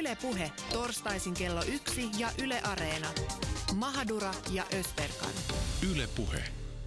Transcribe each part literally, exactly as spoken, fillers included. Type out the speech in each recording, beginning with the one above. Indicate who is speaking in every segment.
Speaker 1: Yle Puhe, torstaisin kello yksi ja Yle Areena. Mahadura ja Ösberkan.
Speaker 2: Yle Puhe.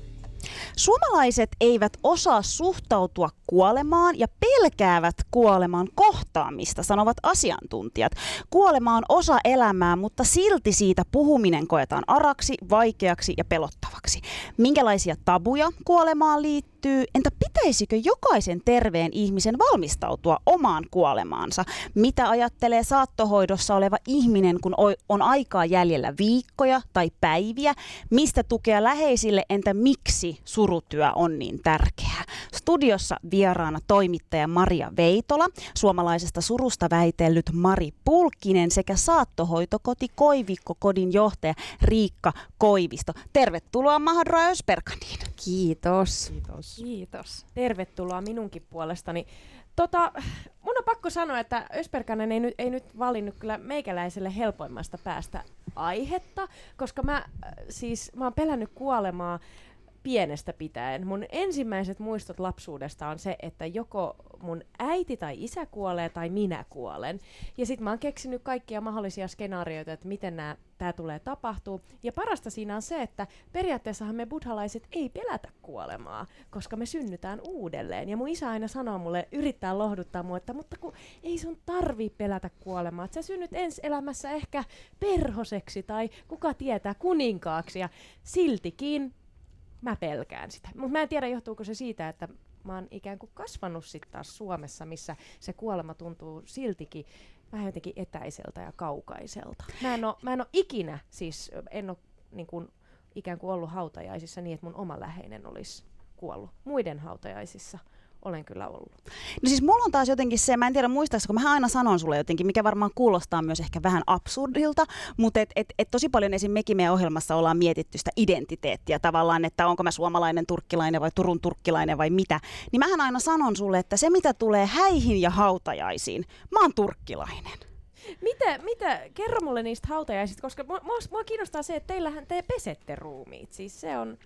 Speaker 3: Suomalaiset eivät osaa suhtautua kuolemaan ja pelkäävät kuoleman kohtaamista, sanovat asiantuntijat. Kuolema on osa elämää, mutta silti siitä puhuminen koetaan araksi, vaikeaksi ja pelottavaksi. Minkälaisia tabuja kuolemaan liittyy? Entä pitäisikö jokaisen terveen ihmisen valmistautua omaan kuolemaansa? Mitä ajattelee saattohoidossa oleva ihminen, kun on aikaa jäljellä viikkoja tai päiviä? Mistä tukea läheisille? Entä miksi surutyö on niin tärkeää? Studiossa vieraana toimittaja Maria Veitola, suomalaisesta surusta väitellyt Mari Pulkkinen sekä saattohoitokoti Koivikko-kodin johtaja Riikka Koivisto. Tervetuloa Mahadura Ösberkaniin.
Speaker 4: Kiitos.
Speaker 5: Kiitos.
Speaker 4: Kiitos. Tervetuloa minunkin puolestani. Tota, mun on pakko sanoa, että Ösberkanen ei nyt, ei nyt valinnut kyllä meikäläiselle helpoimmasta päästä aihetta, koska mä, siis, mä oon pelännyt kuolemaa pienestä pitäen. Mun ensimmäiset muistot lapsuudesta on se, että joko mun äiti tai isä kuolee tai minä kuolen. Ja sit mä oon keksinyt kaikkia mahdollisia skenaarioita, että miten nää, tää tulee tapahtua. Ja parasta siinä on se, että periaatteessahan me buddhalaiset ei pelätä kuolemaa, koska me synnytään uudelleen. Ja mun isä aina sanoo mulle, yrittää lohduttaa mua, että mutta kun ei sun tarvii pelätä kuolemaa. Että sä synnyt ensi elämässä ehkä perhoseksi tai kuka tietää kuninkaaksi ja siltikin mä pelkään sitä. Mutta mä en tiedä, johtuuko se siitä, että mä oon ikään kuin kasvanut sitten taas Suomessa, missä se kuolema tuntuu siltikin vähän jotenkin etäiseltä ja kaukaiselta. Mä en oo, mä en oo ikinä, siis en oo niin kuin, ikään kuin ollut hautajaisissa niin, että mun oma läheinen olisi kuollut. Muiden hautajaisissa olen kyllä ollut.
Speaker 3: No siis mulla on taas jotenkin se, mä en tiedä muistaisiko, mä aina sanon sulle jotenkin, mikä varmaan kuulostaa myös ehkä vähän absurdilta, mutta et, et, et tosi paljon esim. Mekin meidän ohjelmassa ollaan mietitty sitä identiteettiä tavallaan, että onko mä suomalainen, turkkilainen vai Turun turkkilainen vai mitä. Niin mähän aina sanon sulle, että se mitä tulee häihin ja hautajaisiin, mä oon turkkilainen.
Speaker 4: Mitä, mitä, kerro mulle niistä hautajaisista, koska mua, mua, mua kiinnostaa se, että teillähän te pesette ruumiit, siis se on...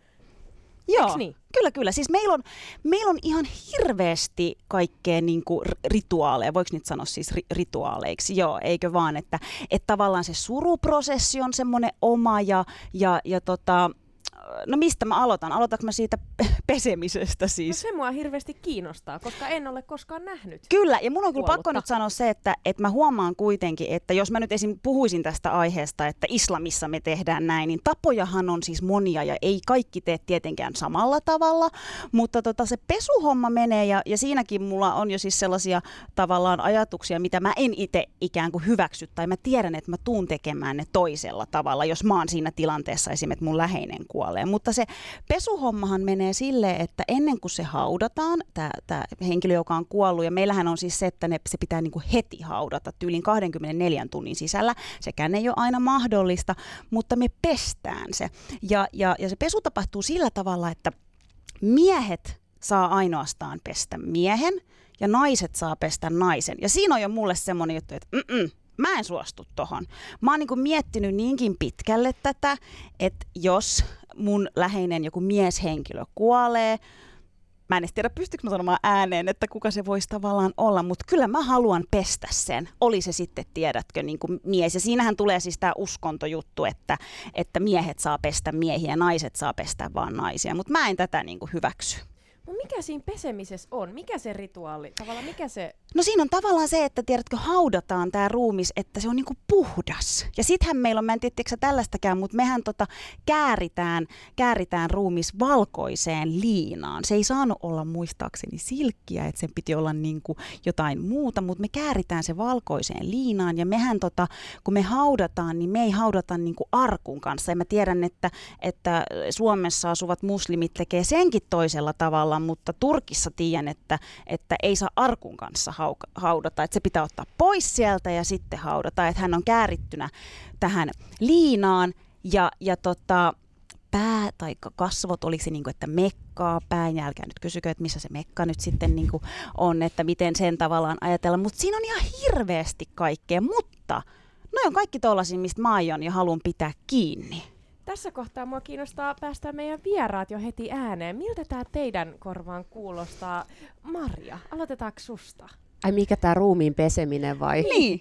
Speaker 3: Joo, niin? kyllä, kyllä. Siis meillä on, meillä on ihan hirveästi kaikkea niin kuin rituaaleja, voiko nyt sanoa siis ri- rituaaleiksi, joo, eikö vaan, että, että tavallaan se suruprosessi on semmoinen oma ja, ja, ja tota, no mistä mä aloitan? Aloitanko mä siitä pesemisestä siis?
Speaker 4: No se mua hirveästi kiinnostaa, koska en ole koskaan nähnyt.
Speaker 3: Kyllä, ja mun on kyllä
Speaker 4: kuollutta.
Speaker 3: pakko nyt sanoa se, että, että mä huomaan kuitenkin, että jos mä nyt esim. Puhuisin tästä aiheesta, että islamissa me tehdään näin, niin tapojahan on siis monia ja ei kaikki tee tietenkään samalla tavalla, mutta tota, se pesuhomma menee ja, ja siinäkin mulla on jo siis sellaisia tavallaan ajatuksia, mitä mä en itse ikään kuin hyväksy tai mä tiedän, että mä tuun tekemään ne toisella tavalla, jos mä oon siinä tilanteessa esim. Että mun läheinen kuolee. Mutta se pesuhommahan menee silleen, että ennen kuin se haudataan, tämä henkilö, joka on kuollut, ja meillähän on siis se, että ne, se pitää niinku heti haudata tyylin kaksikymmentäneljä tunnin sisällä. Sekään ei ole aina mahdollista, mutta me pestään se. Ja, ja, ja se pesu tapahtuu sillä tavalla, että miehet saa ainoastaan pestä miehen ja naiset saa pestä naisen. Ja siinä on jo mulle semmoinen juttu, että mm-mm. Mä en suostu tohon. Mä oon niinku miettinyt niinkin pitkälle tätä, että jos mun läheinen joku mieshenkilö kuolee, mä en edes tiedä, pystyykö mä sanomaan ääneen, että kuka se voisi tavallaan olla, mutta kyllä mä haluan pestä sen. Oli se sitten, tiedätkö, niin kuin mies. Ja siinähän tulee siis tämä uskontojuttu, että, että miehet saa pestä miehiä ja naiset saa pestä vaan naisia, mutta mä en tätä niin kuin hyväksy.
Speaker 4: Mutta mikä siinä pesemisessä on? Mikä se rituaali? Tavallaan mikä se...
Speaker 3: No siinä on tavallaan se, että tiedätkö, haudataan tämä ruumis, että se on niinku puhdas. Ja sittenhän meillä on, mä en tiedä tiedätkö tällaistäkään, mutta mehän tota kääritään, kääritään ruumis valkoiseen liinaan. Se ei saanut olla muistaakseni silkkiä, että sen piti olla niinku jotain muuta, mutta me kääritään se valkoiseen liinaan. Ja mehän tota, kun me haudataan, niin me ei haudata niinku arkun kanssa. Ja mä tiedän, että, että Suomessa asuvat muslimit tekee senkin toisella tavalla, mutta Turkissa tiedän, että, että ei saa arkun kanssa haudata, että se pitää ottaa pois sieltä ja sitten haudata, että hän on käärittynä tähän liinaan ja, ja tota, pää tai kasvot olisi niin kuin, että mekkaa, pään jälkeen nyt kysykö, että missä se mekka nyt sitten niin kuin on, että miten sen tavallaan ajatella, mutta siinä on ihan hirveästi kaikkea, mutta no on kaikki tollaisia, mistä mä aion ja haluan pitää kiinni.
Speaker 4: Tässä kohtaa mua kiinnostaa päästä meidän vieraat jo heti ääneen. Miltä tämä teidän korvaan kuulostaa? Marja, aloitetaanko susta?
Speaker 5: Ai mikä tämä ruumiin peseminen vai?
Speaker 3: Niin.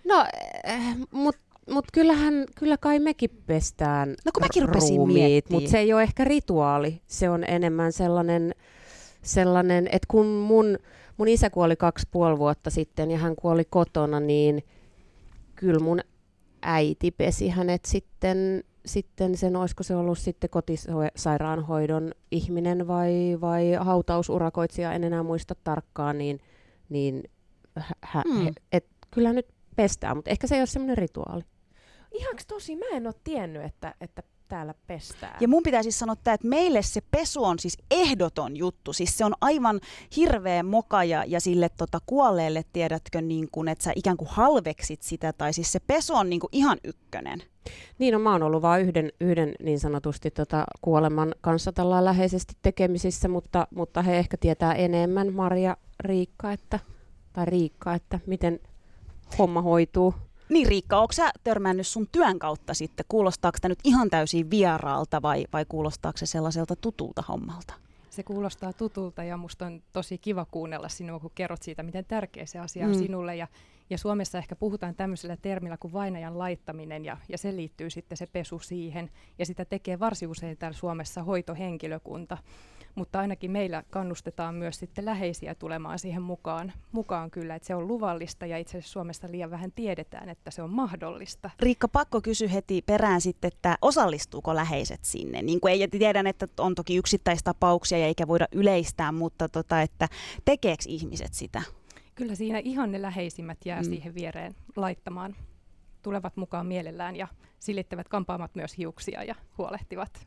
Speaker 2: No, äh, mutta mut kyllähän, kyllä kai mekin pestään
Speaker 3: No kun mäkin rupesin
Speaker 2: ruumiit,
Speaker 3: miettimään.
Speaker 2: mutta se ei ole ehkä rituaali. Se on enemmän sellainen, sellainen että kun mun, mun isä kuoli kaksi puoli vuotta sitten ja hän kuoli kotona, niin kyllä mun äiti pesi hänet sitten, sitten sen, olisiko se ollut sitten kotisairaanhoidon ihminen vai, vai hautausurakoitsija, en enää muista tarkkaan, niin, niin hä,
Speaker 3: Mm.
Speaker 2: he, et, kyllä nyt pestään, mutta ehkä se ei ole semmoinen rituaali.
Speaker 4: Ihaks tosi, mä en ole tiennyt, että, että täällä pestään.
Speaker 3: Ja mun pitää siis sanoa tää, että meille se pesu on siis ehdoton juttu. Siis se on aivan hirveä moka ja, ja sille tota kuolleelle, tiedätkö, niin kun, että sä ikään kuin halveksit sitä. Tai siis se pesu on niin kuin ihan ykkönen.
Speaker 2: Niin, no mä oon ollut vain yhden, yhden niin sanotusti tota, kuoleman kanssa tällä läheisesti tekemisissä, mutta, mutta he ehkä tietää enemmän, Maria, Riikka, että, tai Riikka, että miten homma hoituu.
Speaker 3: Niin Riikka, ootko sä törmännyt sun työn kautta sitten? Kuulostaako tämä nyt ihan täysin vieraalta vai, vai kuulostaako se sellaiselta tutulta hommalta?
Speaker 5: Se kuulostaa tutulta ja musta on tosi kiva kuunnella sinua, kun kerrot siitä, miten tärkeä se asia on
Speaker 3: Mm.
Speaker 5: sinulle. Ja, ja Suomessa ehkä puhutaan tämmöisellä termillä kuin vainajan laittaminen ja, ja se liittyy sitten se pesu siihen. Ja sitä tekee varsin usein täällä Suomessa hoitohenkilökunta. Mutta ainakin meillä kannustetaan myös sitten läheisiä tulemaan siihen mukaan, mukaan kyllä, että se on luvallista ja itse asiassa Suomessa liian vähän tiedetään, että se on mahdollista.
Speaker 3: Riikka, pakko kysyä heti perään sitten, että osallistuuko läheiset sinne? Niin kuin ei tiedän, että on toki yksittäistapauksia ja eikä voida yleistää, mutta tota, että tekeekö ihmiset sitä?
Speaker 5: Kyllä siinä ihan ne läheisimmät jää
Speaker 3: Mm.
Speaker 5: siihen viereen laittamaan, tulevat mukaan mielellään ja silittävät kampaamat myös hiuksia ja huolehtivat.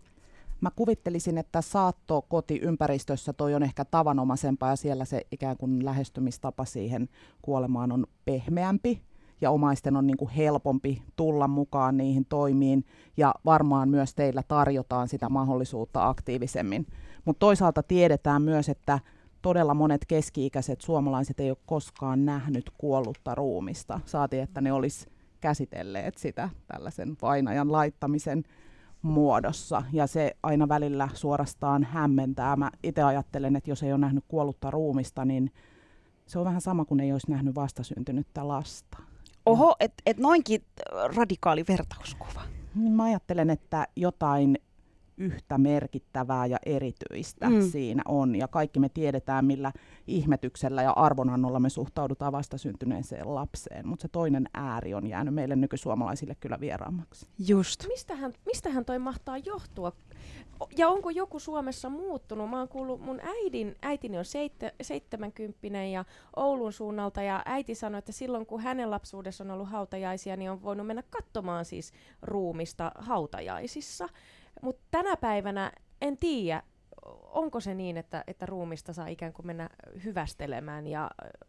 Speaker 6: Mä kuvittelisin, että saattokoti-ympäristössä toi on ehkä tavanomaisempaa ja siellä se ikään kuin lähestymistapa siihen kuolemaan on pehmeämpi ja omaisten on niin kuin helpompi tulla mukaan niihin toimiin ja varmaan myös teillä tarjotaan sitä mahdollisuutta aktiivisemmin. Mutta toisaalta tiedetään myös, että todella monet keski-ikäiset suomalaiset ei ole koskaan nähnyt kuollutta ruumista. Saati, että ne olisi käsitelleet sitä tällaisen vainajan laittamisen muodossa, ja se aina välillä suorastaan hämmentää. Mä itse ajattelen, että jos ei ole nähnyt kuollutta ruumista, niin se on vähän sama kuin ei olisi nähnyt vastasyntynyttä lasta.
Speaker 3: Oho, että et noinkin radikaali vertauskuva.
Speaker 6: Niin mä ajattelen, että jotain yhtä merkittävää ja erityistä
Speaker 3: Mm.
Speaker 6: siinä on, ja kaikki me tiedetään, millä ihmetyksellä ja arvonannolla me suhtaudutaan vastasyntyneeseen lapseen, mutta se toinen ääri on jäänyt meille nykysuomalaisille kyllä vieraammaksi.
Speaker 3: Just.
Speaker 4: Mistähän, mistähän toi mahtaa johtua? O- Ja onko joku Suomessa muuttunut? Mä oon kuullut, mun äidin, äitini on seitte, seitsemänkymppinen ja Oulun suunnalta, ja äiti sanoi, että silloin kun hänen lapsuudessa on ollut hautajaisia, niin on voinut mennä katsomaan siis ruumista hautajaisissa. Mutta tänä päivänä en tiedä, onko se niin, että, että ruumista saa ikään kuin mennä hyvästelemään ja,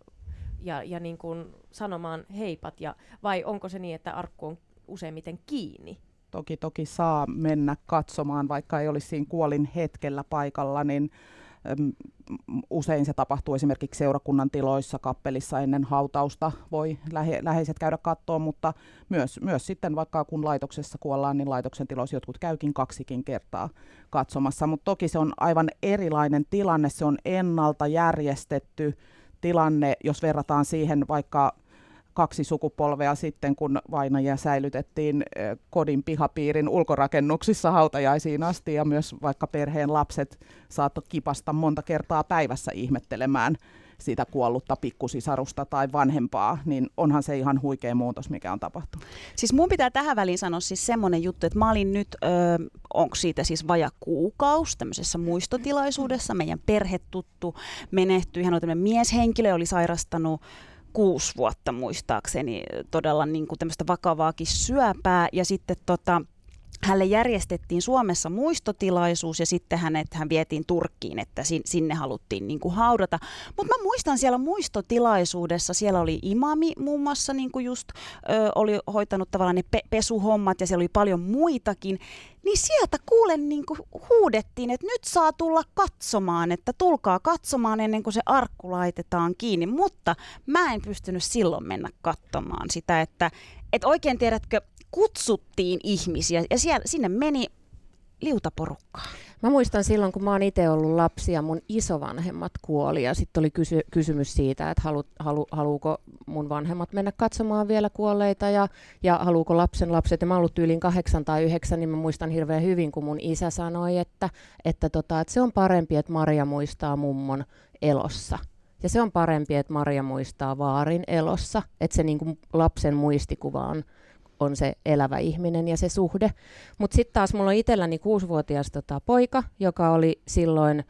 Speaker 4: ja, ja niin kuin sanomaan heipat, ja, vai onko se niin, että arkku on useimmiten kiinni?
Speaker 6: Toki toki saa mennä katsomaan, vaikka ei olisi siinä kuolin hetkellä paikalla, niin äm, usein se tapahtuu esimerkiksi seurakunnan tiloissa, kappelissa ennen hautausta voi lähe, läheiset käydä katsoa, mutta myös, myös sitten vaikka kun laitoksessa kuollaan, niin laitoksen tiloissa jotkut käykin kaksikin kertaa katsomassa, mutta toki se on aivan erilainen tilanne, se on ennalta järjestetty tilanne, jos verrataan siihen vaikka kaksi sukupolvea sitten, kun vainajia säilytettiin eh, kodin pihapiirin ulkorakennuksissa hautajaisiin asti, ja myös vaikka perheen lapset saattoi kipasta monta kertaa päivässä ihmettelemään sitä kuollutta pikkusisarusta tai vanhempaa, niin onhan se ihan huikea muutos, mikä on tapahtunut.
Speaker 3: Siis mun pitää tähän väliin sanoa siis semmoinen juttu, että mä olin nyt, ö, onko siitä siis vaja kuukausi tämmöisessä muistotilaisuudessa, meidän perhetuttu menehtyi, hän oli tämmöinen mieshenkilö, oli sairastanut kuusi vuotta muistaakseni todella niin kuin tämmöistä vakavaakin syöpää, ja sitten tota, hänelle järjestettiin Suomessa muistotilaisuus ja sitten hänet hän vietiin Turkkiin, että sinne haluttiin niin kuin haudata. Mutta mä muistan siellä muistotilaisuudessa, siellä oli imami muun muassa niin kuin just ö, oli hoitanut tavallaan ne pe- pesuhommat ja siellä oli paljon muitakin. Niin sieltä kuulen niin kuin huudettiin, että nyt saa tulla katsomaan, että tulkaa katsomaan ennen kuin se arkku laitetaan kiinni. Mutta mä en pystynyt silloin mennä katsomaan sitä, että et oikein tiedätkö, kutsuttiin ihmisiä ja siellä, sinne meni liutaporukkaa.
Speaker 2: Mä muistan silloin, kun mä oon itse ollut lapsi ja mun isovanhemmat kuoli ja sitten oli kysy- kysymys siitä, että halu- halu- haluuko mun vanhemmat mennä katsomaan vielä kuolleita ja, ja haluuko lapsen lapset. Ja mä oon ollut tyyliin kahdeksan tai yhdeksän, niin mä muistan hirveän hyvin, kun mun isä sanoi, että, että, tota, että se on parempi, että Maria muistaa mummon elossa. Ja se on parempi, että Maria muistaa vaarin elossa, että se niin kuin lapsen muistikuva on, on se elävä ihminen ja se suhde. Mutta sitten taas mulla on itselläni kuusivuotias tota, poika, joka oli silloin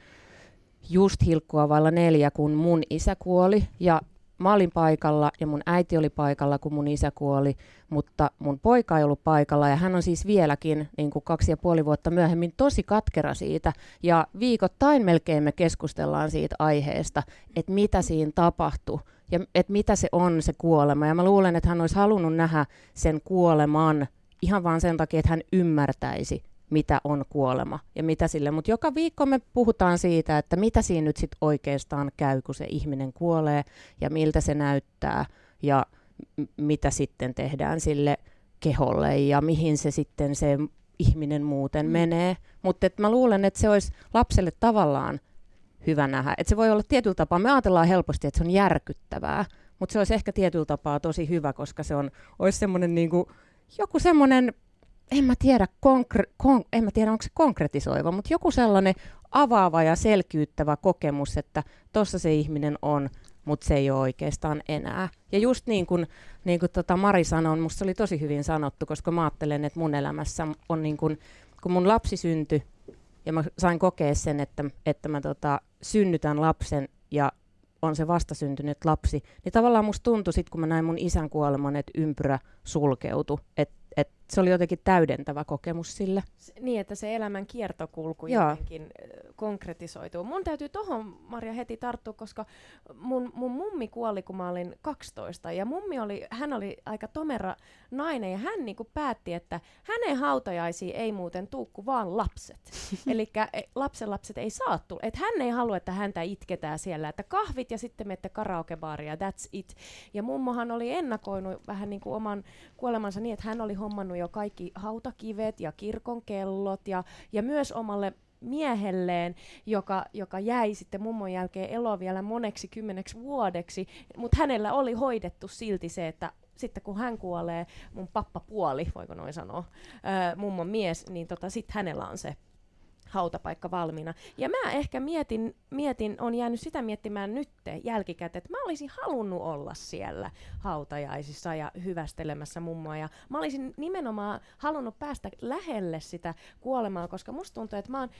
Speaker 2: just hilkkua vailla neljä, kun mun isä kuoli. Ja mä olin paikalla ja mun äiti oli paikalla, kun mun isä kuoli, mutta mun poika ei ollut paikalla ja hän on siis vieläkin niin kuin kaksi ja puoli vuotta myöhemmin tosi katkera siitä. Ja viikoittain melkein me keskustellaan siitä aiheesta, että mitä siinä tapahtui ja että mitä se on se kuolema. Ja mä luulen, että hän olisi halunnut nähdä sen kuoleman ihan vaan sen takia, että hän ymmärtäisi, mitä on kuolema ja mitä sille. Mutta joka viikko me puhutaan siitä, että mitä siinä nyt sitten oikeastaan käy, kun se ihminen kuolee ja miltä se näyttää ja m- mitä sitten tehdään sille keholle ja mihin se sitten se ihminen muuten mm. menee. Mutta mä luulen, että se olisi lapselle tavallaan hyvä nähdä. Et se voi olla tietyllä tapaa, me ajatellaan helposti, että se on järkyttävää, mutta se olisi ehkä tietyllä tapaa tosi hyvä, koska se on, olisi semmoinen niinku, joku semmoinen, en mä tiedä, konkre- kon- en mä tiedä onko se konkretisoiva, mutta joku sellainen avaava ja selkiyttävä kokemus, että tossa se ihminen on, mutta se ei ole oikeastaan enää. Ja just niin kuin, niin kuin tota Mari sanoi, musta se oli tosi hyvin sanottu, koska mä ajattelen, että mun elämässä on niin kuin, kun mun lapsi syntyi, ja mä sain kokea sen, että, että mä tota, synnytän lapsen ja on se vastasyntynyt lapsi, niin tavallaan musta tuntui sit, kun mä näin mun isän kuoleman, että ympyrä sulkeutui, että et se oli jotenkin täydentävä kokemus sille.
Speaker 4: Niin, että se elämän kiertokulku
Speaker 2: Joo.
Speaker 4: jotenkin konkretisoituu. Mun täytyy tohon, Maria, heti tarttua, koska mun, mun mummi kuoli, kun mä olin kaksitoista, ja mummi oli, hän oli aika tomera nainen, ja hän niinku päätti, että hänen hautajaisiin ei muuten tuu kuin vaan lapset. Elikkä lapsenlapset ei saa tulla. Että hän ei halua, että häntä itketään siellä, että kahvit ja sitten menette karaokebaaria, that's it. Ja mummohan oli ennakoinut vähän niin kuin oman kuolemansa niin, että hän oli hommannut jo kaikki hautakivet ja kirkon kellot ja, ja myös omalle miehelleen, joka, joka jäi sitten mummon jälkeen eloon vielä moneksi kymmeneksi vuodeksi, mutta hänellä oli hoidettu silti se, että sitten kun hän kuolee, mun pappapuoli, voiko noin sanoa, ää, mummon mies, niin tota, sitten hänellä on se hautapaikka valmiina. Ja mä ehkä mietin, mietin, on jäänyt sitä miettimään nyt jälkikäteen, että mä olisin halunnut olla siellä hautajaisissa ja hyvästelemässä mummoa. Ja mä olisin nimenomaan halunnut päästä lähelle sitä kuolemaa, koska musta tuntuu, että mä oon,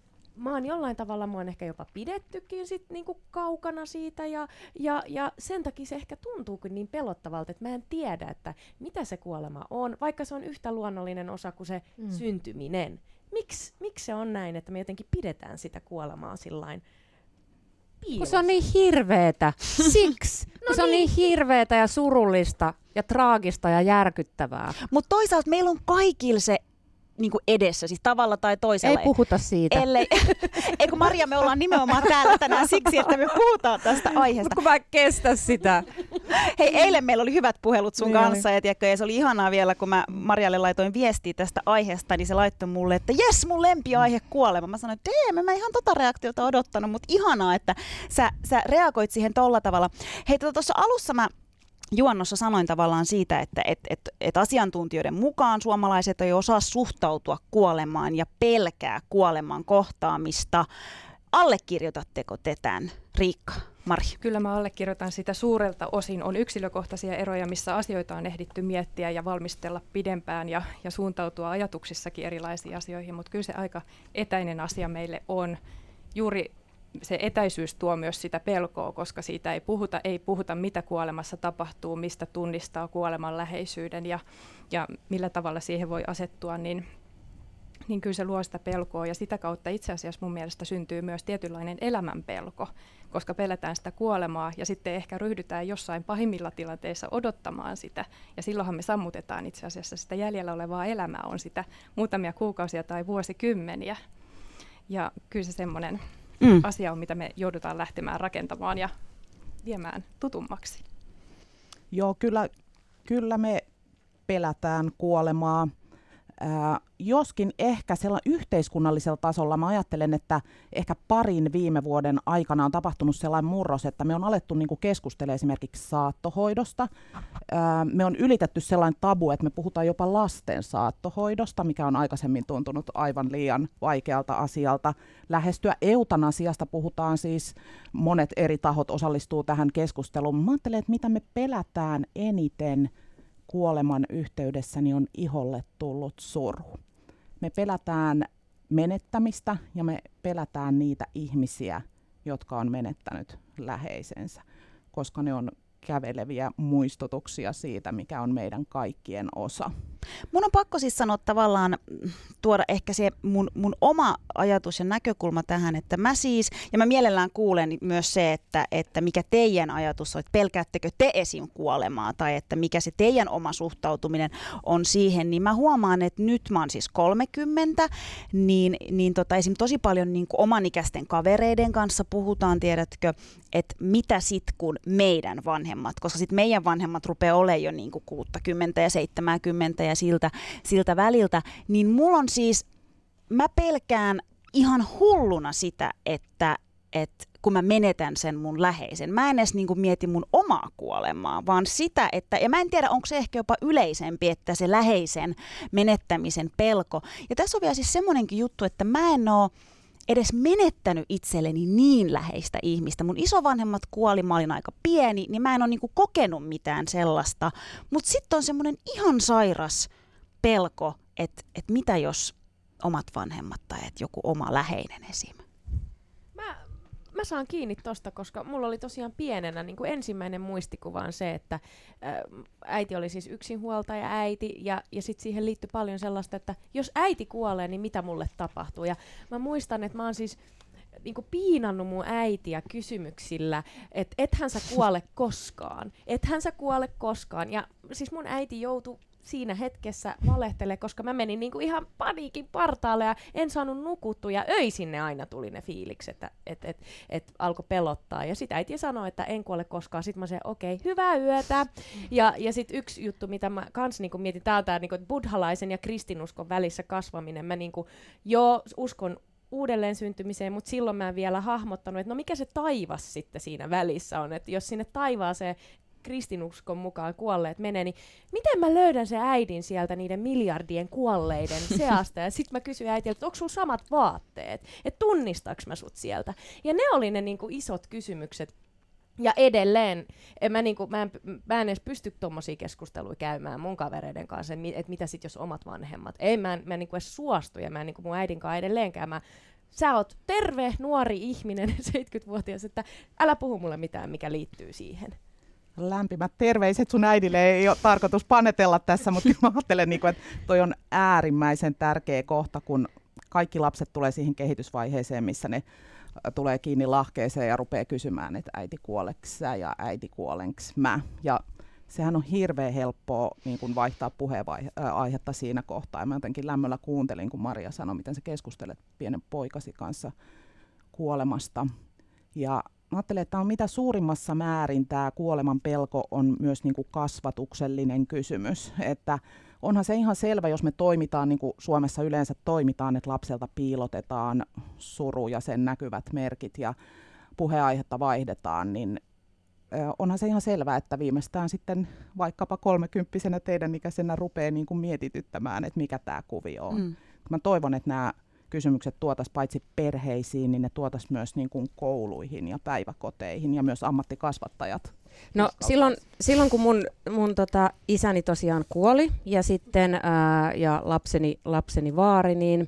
Speaker 4: mä oon jollain tavalla, mä oon ehkä jopa pidettykin sit niinku kaukana siitä. Ja, ja, ja sen takia se ehkä tuntuukin niin pelottavalta, että mä en tiedä, että mitä se kuolema on, vaikka se on yhtä luonnollinen osa kuin se mm. syntyminen. Miksi miks se on näin, että me jotenkin pidetään sitä kuolemaa sillain piilossa?
Speaker 2: Kun se on niin hirveetä. Siksi. no kun se on niin hirveetä ja surullista ja traagista ja järkyttävää.
Speaker 3: Mutta toisaalta meillä on kaikilla se niin kuin edessä, siis tavalla tai toisella.
Speaker 2: Ei puhuta siitä.
Speaker 3: Ellei, eikö Maria, me ollaan nimenomaan täällä tänään siksi, että me puhutaan tästä aiheesta.
Speaker 2: Mutta kun mä en kestä sitä.
Speaker 3: Hei, eilen meillä oli hyvät puhelut sun
Speaker 2: niin
Speaker 3: kanssa, ja, tiedätkö, ja se oli ihanaa vielä, kun mä Marialle laitoin viestiä tästä aiheesta, niin se laittoi mulle, että jes, mun lempiaihe kuolema. Mä sanoin, että damn, mä ihan tota reaktiota odottanut, mutta ihanaa, että sä, sä reagoit siihen tolla tavalla. Hei, tuossa alussa mä juonnossa sanoin tavallaan siitä, että et, et, et asiantuntijoiden mukaan suomalaiset ei osaa suhtautua kuolemaan ja pelkää kuoleman kohtaamista. Allekirjoitatteko te tämän, Riikka, Mari?
Speaker 5: Kyllä mä allekirjoitan sitä suurelta osin. On yksilökohtaisia eroja, missä asioita on ehditty miettiä ja valmistella pidempään ja, ja suuntautua ajatuksissakin erilaisiin asioihin, mutta kyllä se aika etäinen asia meille on. Juuri se etäisyys tuo myös sitä pelkoa, koska siitä ei puhuta, ei puhuta mitä kuolemassa tapahtuu, mistä tunnistaa kuoleman läheisyyden ja, ja millä tavalla siihen voi asettua, niin, niin kyllä se luo sitä pelkoa ja sitä kautta itse asiassa mun mielestä syntyy myös tietynlainen elämänpelko, koska pelätään sitä kuolemaa ja sitten ehkä ryhdytään jossain pahimmilla tilanteissa odottamaan sitä ja silloinhan me sammutetaan itse asiassa sitä jäljellä olevaa elämää, on sitä muutamia kuukausia tai vuosikymmeniä ja kyllä se semmoinen Mm. asia on, mitä me joudutaan lähtemään rakentamaan ja viemään tutummaksi.
Speaker 6: Joo, kyllä, kyllä me pelätään kuolemaa. Äh, joskin ehkä sellainen yhteiskunnallisella tasolla mä ajattelen, että ehkä parin viime vuoden aikana on tapahtunut sellainen murros, että me on alettu niin kuin keskustella esimerkiksi saattohoidosta. Äh, me on ylitetty sellainen tabu, että me puhutaan jopa lasten saattohoidosta, mikä on aikaisemmin tuntunut aivan liian vaikealta asialta lähestyä. Eutanasiasta puhutaan siis, monet eri tahot osallistuu tähän keskusteluun. Mä ajattelen, että mitä me pelätään eniten kuoleman yhteydessä, niin on iholle tullut suru. Me pelätään menettämistä ja me pelätään niitä ihmisiä, jotka on menettänyt läheisensä, koska ne on käveleviä muistutuksia siitä, mikä on meidän kaikkien osa.
Speaker 3: Mun on pakko siis sanoa tavallaan, tuoda ehkä se mun, mun oma ajatus ja näkökulma tähän, että mä siis, ja mä mielellään kuulen myös se, että, että mikä teidän ajatus on, että pelkäättekö te esim. Kuolemaa, tai että mikä se teidän oma suhtautuminen on siihen, niin mä huomaan, että nyt mä oon siis kolmekymmentä, niin, niin tota, esim. Tosi paljon niin kuin omanikäisten kavereiden kanssa puhutaan, tiedätkö, että mitä sit kun meidän vanhemmat, koska sit meidän vanhemmat rupeaa olemaan jo niin kuin kuusikymmentä ja seitsemänkymmentä ja siltä, siltä väliltä, niin mulla on siis, mä pelkään ihan hulluna sitä, että, että kun mä menetän sen mun läheisen, mä en edes niin kuin mieti mun omaa kuolemaa, vaan sitä, että, ja mä en tiedä, onko se ehkä jopa yleisempi, että se läheisen menettämisen pelko. Ja tässä on vielä siis semmoinenkin juttu, että mä en oo edes menettänyt itselleni niin läheistä ihmistä. Mun isovanhemmat kuoli, mä olin aika pieni, niin mä en ole niinku kokenut mitään sellaista. Mutta sitten on semmoinen ihan sairas pelko, että et mitä jos omat vanhemmat tai et joku oma läheinen esim.
Speaker 4: Mä, mä saan kiinni tosta, koska mulla oli tosiaan pienenä niin kuin ensimmäinen muistikuva on se, että ä, äiti oli siis yksinhuoltaja äiti, ja, ja sitten siihen liittyi paljon sellaista, että jos äiti kuolee, niin mitä mulle tapahtuu. Ja mä muistan, että mä oon siis niin kuin piinannut mun äitiä kysymyksillä, että ethän sä kuole koskaan, ethän sä kuole koskaan. Ja siis mun äiti joutui siinä hetkessä valehtelee, koska mä menin niinku ihan paniikin partaalle ja en saanut nukuttua ja öisin ne aina tuli ne fiilikset, että et, et, et alkoi pelottaa. Ja sit äiti sanoi, että en kuole koskaan. Sitten mä sanoin, okei, okay, hyvää yötä. Ja, ja sitten yksi juttu, mitä mä kans niinku mietin, tää on tää niinku buddhalaisen ja kristinuskon välissä kasvaminen. Mä niinku jo uskon uudelleen syntymiseen, mutta silloin mä en vielä hahmottanut, että no mikä se taivas sitten siinä välissä on, että jos sinne taivaaseen kristinuskon mukaan kuolleet menee, niin miten mä löydän se äidin sieltä niiden miljardien kuolleiden seasta? Ja sit mä kysyin äitiltä, että onko sulla samat vaatteet? Että tunnistaks mä sut sieltä? Ja ne oli ne niinku isot kysymykset. Ja edelleen, en mä, niinku, mä, en, mä en edes pysty tommosia keskusteluja käymään mun kavereiden kanssa, että mitä sit jos omat vanhemmat. Ei, mä en, mä en niinku edes suostu, ja mä en niinku mun äidin kanssa edelleenkään. Mä, sä oot terve, nuori ihminen, seitsemänkymmentävuotias, että älä puhu mulle mitään, mikä liittyy siihen.
Speaker 6: Lämpimät terveiset sun äidille, ei ole tarkoitus panetella tässä, mutta mä ajattelen, että toi on äärimmäisen tärkeä kohta, kun kaikki lapset tulee siihen kehitysvaiheeseen, missä ne tulee kiinni lahkeeseen ja rupeaa kysymään, että äiti kuoleks sä ja äiti kuolenks mä. Ja sehän on hirveän helppoa niin kun vaihtaa puheenaihetta siinä kohtaa. Ja mä jotenkin lämmöllä kuuntelin, kun Maria sanoi, miten sä keskustelet pienen poikasi kanssa kuolemasta. Ja mä ajattelen, että on mitä suurimmassa määrin tämä kuoleman pelko on myös niin kuin kasvatuksellinen kysymys. Että onhan se ihan selvä, jos me toimitaan niin kuin Suomessa yleensä toimitaan, että lapselta piilotetaan suru ja sen näkyvät merkit ja puheenaihetta vaihdetaan, niin onhan se ihan selvä, että viimeistään sitten vaikkapa kolmekymppisenä teidän ikäisenä rupeaa niin kuin mietityttämään, että mikä tämä kuvio on. Mm. Mä toivon, että nämä kysymykset tuotaisiin paitsi perheisiin, niin ne tuotaisiin myös niin kuin kouluihin ja päiväkoteihin ja myös ammattikasvattajat.
Speaker 2: No silloin, silloin kun mun, mun tota, isäni tosiaan kuoli ja sitten ää, ja lapseni, lapseni vaari, niin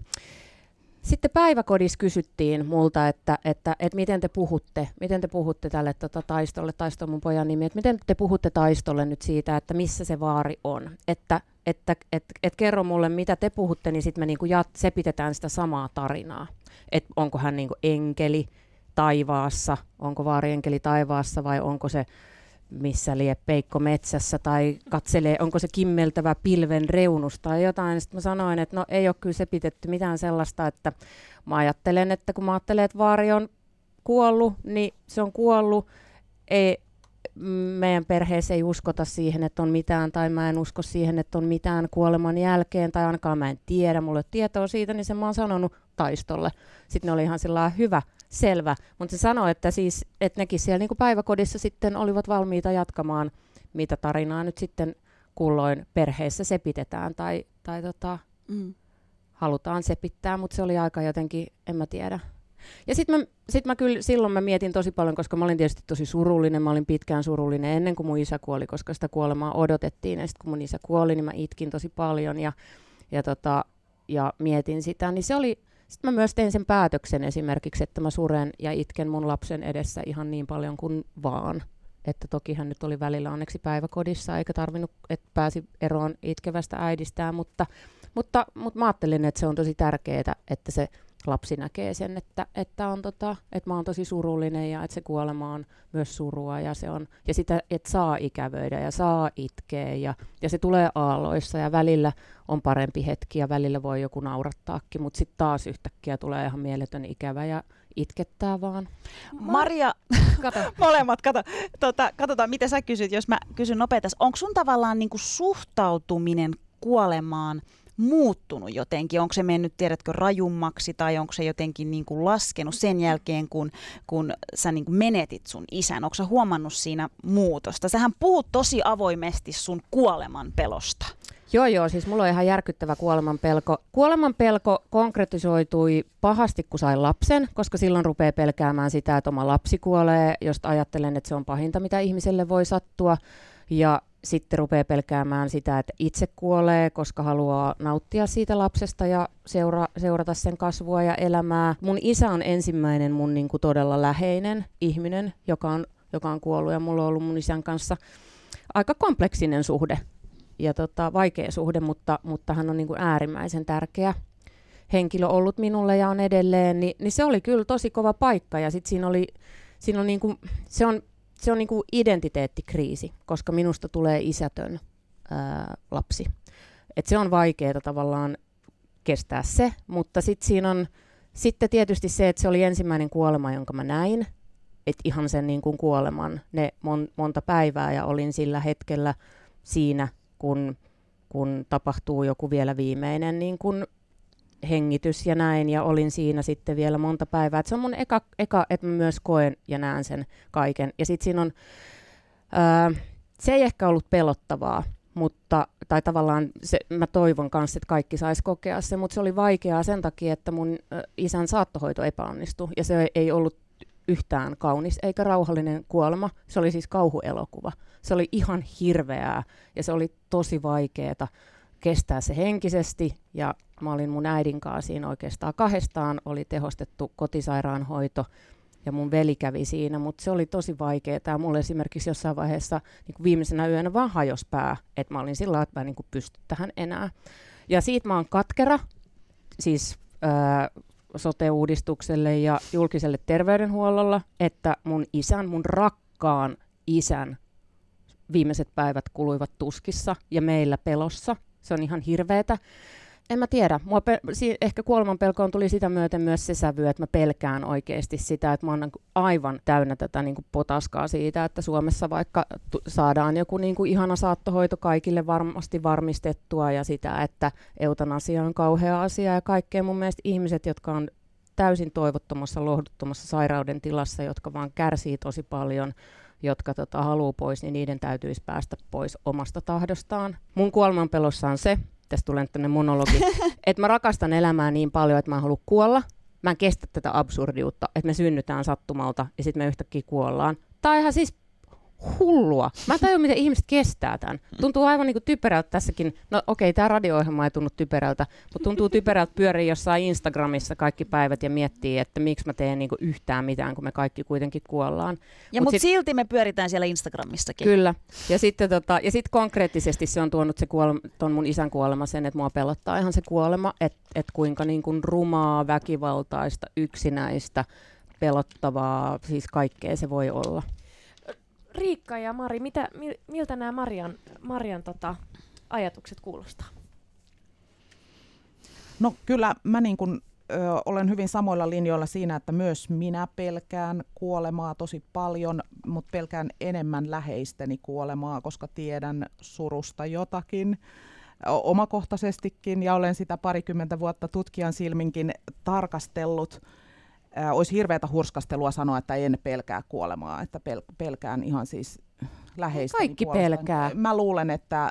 Speaker 2: sitten päiväkodissa kysyttiin multa, että, että, että miten te puhutte, miten te puhutte tälle tota, Taistolle, Taisto on mun pojan nimi, että miten te puhutte Taistolle nyt siitä, että missä se vaari on, että että et, et kerro mulle, mitä te puhutte, niin sitten me niinku jat, sepitetään sitä samaa tarinaa. Että onko hän niinku enkeli taivaassa, onko vaarienkeli taivaassa vai onko se missä lie peikko metsässä tai katselee, onko se kimmeltävä pilven reunus tai jotain. Sitten mä sanoin, että no ei ole kyllä sepitetty mitään sellaista, että mä ajattelen, että kun mä ajattelen, että vaari on kuollut, niin se on kuollut. Ei, meidän perheessä ei uskota siihen, että on mitään, tai mä en usko siihen, että on mitään kuoleman jälkeen, tai ainakaan mä en tiedä, mulla ei ole tietoa siitä, niin sen mä oon sanonut taistolle. Sitten ne oli ihan sellainen hyvä, selvä, mutta se sanoi, että, siis, että nekin siellä niin kuin päiväkodissa sitten olivat valmiita jatkamaan, mitä tarinaa nyt sitten kulloin perheessä sepitetään, tai, tai tota, mm. halutaan sepittää, mutta se oli aika jotenkin, en mä tiedä. Ja sitten mä, sit mä kyllä silloin mä mietin tosi paljon, koska mä olin tietysti tosi surullinen, mä olin pitkään surullinen ennen kuin mun isä kuoli, koska sitä kuolemaa odotettiin, ja sitten kun mun isä kuoli, niin mä itkin tosi paljon, ja, ja, tota, ja mietin sitä, niin se oli, sitten mä myös tein sen päätöksen esimerkiksi, että mä suren ja itken mun lapsen edessä ihan niin paljon kuin vaan, että toki hän nyt oli välillä onneksi päiväkodissa, eikä tarvinnut, että pääsi eroon itkevästä äidistään, mutta, mutta, mutta mä ajattelin, että se on tosi tärkeää, että se lapsi näkee sen, että, että, on tota, että mä oon tosi surullinen ja että se kuolema on myös surua ja, se on, ja sitä, että saa ikävöidä ja saa itkeä ja, ja se tulee aalloissa ja välillä on parempi hetki ja välillä voi joku naurattaakin, mutta sitten taas yhtäkkiä tulee ihan mieletön ikävä ja itkettää vaan.
Speaker 3: Maria, kato. molemmat, kato. Tota, katsotaan mitä sä kysyt, jos mä kysyn nopeasti. Onko sun tavallaan niinku suhtautuminen kuolemaan muuttunut jotenkin? Onko se mennyt, tiedätkö, rajummaksi tai onko se jotenkin niin kuin laskenut sen jälkeen, kun, kun sä niin kuin menetit sun isän? Onko sä huomannut siinä muutosta? Sähän puhut tosi avoimesti sun kuoleman pelosta.
Speaker 2: Joo, joo, siis mulla on ihan järkyttävä kuoleman pelko. Kuoleman pelko konkretisoitui pahasti, kun sain lapsen, koska silloin rupeaa pelkäämään sitä, että oma lapsi kuolee, josta ajattelen, että se on pahinta, mitä ihmiselle voi sattua. Ja sitten rupeaa pelkäämään sitä, että itse kuolee, koska haluaa nauttia siitä lapsesta ja seura- seurata sen kasvua ja elämää. Mun isä on ensimmäinen mun niin kuin todella läheinen ihminen, joka on, joka on kuollut, ja mulla on ollut mun isän kanssa aika kompleksinen suhde ja tota, vaikea suhde, mutta, mutta hän on niin kuin äärimmäisen tärkeä henkilö ollut minulle ja on edelleen, niin, niin se oli kyllä tosi kova paikka, ja sitten siinä oli, siinä on niin kuin, se on Se on niin kuin identiteettikriisi, koska minusta tulee isätön ää, lapsi. Et se on vaikeaa tavallaan kestää se, mutta sitten siinä on sitten tietysti se, että se oli ensimmäinen kuolema, jonka mä näin. Että ihan sen niin kuin kuoleman ne mon, monta päivää, ja olin sillä hetkellä siinä, kun, kun tapahtuu joku vielä viimeinen niin kuin hengitys ja näin, ja olin siinä sitten vielä monta päivää. Et se on mun eka, eka että mä myös koen ja näen sen kaiken. Ja sitten siinä on, ää, se ei ehkä ollut pelottavaa, mutta, tai tavallaan se, mä toivon kanssa, että kaikki sais kokea se, mutta se oli vaikeaa sen takia, että mun ä, isän saattohoito epäonnistui, ja se ei ollut yhtään kaunis eikä rauhallinen kuolema. Se oli siis kauhuelokuva. Se oli ihan hirveää, ja se oli tosi vaikeaa kestää se henkisesti, ja mä olin mun äidin kanssa siinä oikeastaan kahdestaan, oli tehostettu kotisairaanhoito, ja mun veli kävi siinä, mutta se oli tosi vaikeaa. Mulle esimerkiksi jossain vaiheessa niin kuin viimeisenä yönä vaan hajosi pää, että mä olin sillä lailla, että mä en niin kuin pysty tähän enää. Ja siitä mä oon katkera, siis ää, sote-uudistukselle ja julkiselle terveydenhuollolla, että mun isän, mun rakkaan isän viimeiset päivät kuluivat tuskissa ja meillä pelossa. Se on ihan hirveetä. En mä tiedä. Mua pe- si- ehkä kuolemanpelkoon tuli sitä myöten myös se sävy, että mä pelkään oikeasti sitä, että mä oon aivan täynnä tätä niin kuin potaskaa siitä, että Suomessa vaikka t- saadaan joku niin kuin ihana saattohoito kaikille varmasti varmistettua, ja sitä, että eutanasia on kauhea asia, ja kaikkea mun mielestä ihmiset, jotka on täysin toivottomassa, lohduttomassa sairauden tilassa, jotka vaan kärsii tosi paljon, jotka tota, haluaa pois, niin niiden täytyisi päästä pois omasta tahdostaan. Mun kuolemanpelossa on se, tässä tulee nyt tämmöinen monologi, että mä rakastan elämää niin paljon, että mä en halua kuolla. Mä en kestä tätä absurdiutta, että me synnytään sattumalta ja sitten me yhtäkkiä kuollaan. Tää on ihan siis hullua. Mä en tajua, miten ihmiset kestää tämän. Tuntuu aivan niin kuin typerältä tässäkin. No okei, okay, tämä radio-ohjelma ei tunnu typerältä, mutta tuntuu typerältä pyöriä jossain Instagramissa kaikki päivät ja miettii, että miksi mä teen niin kuin yhtään mitään, kun me kaikki kuitenkin kuollaan.
Speaker 3: Ja mutta mut sit, silti me pyöritään siellä Instagramissakin.
Speaker 2: Kyllä. Ja sitten tota, ja sit konkreettisesti se on tuonut se kuolema, ton mun isän kuolema sen, että mua pelottaa ihan se kuolema, että et kuinka niin kuin rumaa, väkivaltaista, yksinäistä, pelottavaa, siis kaikkea se voi olla.
Speaker 4: Riikka ja Mari, mitä, miltä nämä Marian, Marian tota, ajatukset kuulostaa?
Speaker 6: No kyllä mä niin kuin ö, olen hyvin samoilla linjoilla siinä, että myös minä pelkään kuolemaa tosi paljon, mutta pelkään enemmän läheisteni kuolemaa, koska tiedän surusta jotakin omakohtaisestikin ja olen sitä parikymmentä vuotta tutkijan silminkin tarkastellut. Ää, olisi hirveätä hurskastelua sanoa, että en pelkää kuolemaa, että pel- pelkään ihan siis läheisteni
Speaker 2: Kaikki
Speaker 6: puolestaan.
Speaker 2: pelkää.
Speaker 6: Mä luulen, että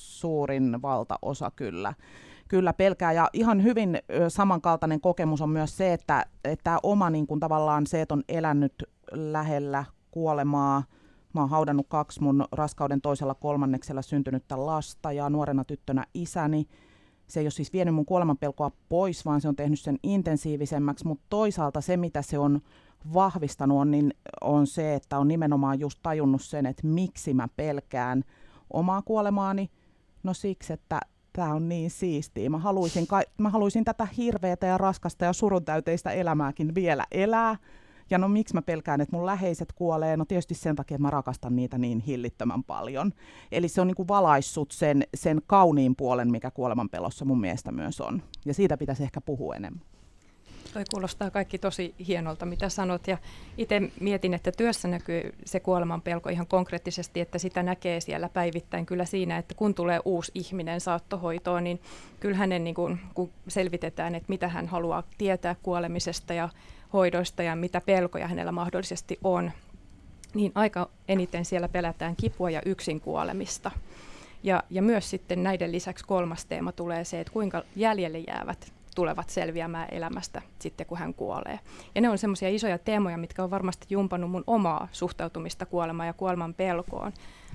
Speaker 6: suurin valtaosa kyllä. Kyllä pelkää, ja ihan hyvin ö, samankaltainen kokemus on myös se, että, että oma niin kuin tavallaan se, että on elänyt lähellä kuolemaa. Mä oon haudannut kaksi mun raskauden toisella kolmanneksella syntynyttä lasta ja nuorena tyttönä isäni. Se ei ole siis vienyt mun kuolemanpelkoa pois, vaan se on tehnyt sen intensiivisemmäksi, mutta toisaalta se, mitä se on vahvistanut, on, niin on se, että on nimenomaan just tajunnut sen, että miksi mä pelkään omaa kuolemaani. No siksi, että tämä on niin siistiä. Mä haluaisin, ka- mä haluaisin tätä hirveätä ja raskasta ja suruntäyteistä elämääkin vielä elää. Ja no miksi mä pelkään, että mun läheiset kuolee? No tietysti sen takia, että mä rakastan niitä niin hillittömän paljon. Eli se on niin kuin valaissut sen, sen kauniin puolen, mikä kuolemanpelossa mun mielestä myös on. Ja siitä pitäisi ehkä puhua enemmän.
Speaker 5: Toi kuulostaa kaikki tosi hienolta, mitä sanot. Ja itse mietin, että työssä näkyy se kuolemanpelko ihan konkreettisesti, että sitä näkee siellä päivittäin kyllä siinä, että kun tulee uusi ihminen saattohoitoon, niin kyllä hänen, niin kun, kun selvitetään, että mitä hän haluaa tietää kuolemisesta ja hoidoista ja mitä pelkoja hänellä mahdollisesti on, niin aika eniten siellä pelätään kipua ja yksin kuolemista. Ja, ja myös sitten näiden lisäksi kolmas teema tulee se, että kuinka jäljelle jäävät tulevat selviämään elämästä sitten, kun hän kuolee. Ja ne on semmoisia isoja teemoja, mitkä on varmasti jumpannut mun omaa suhtautumista kuolemaan ja kuoleman pelkoon.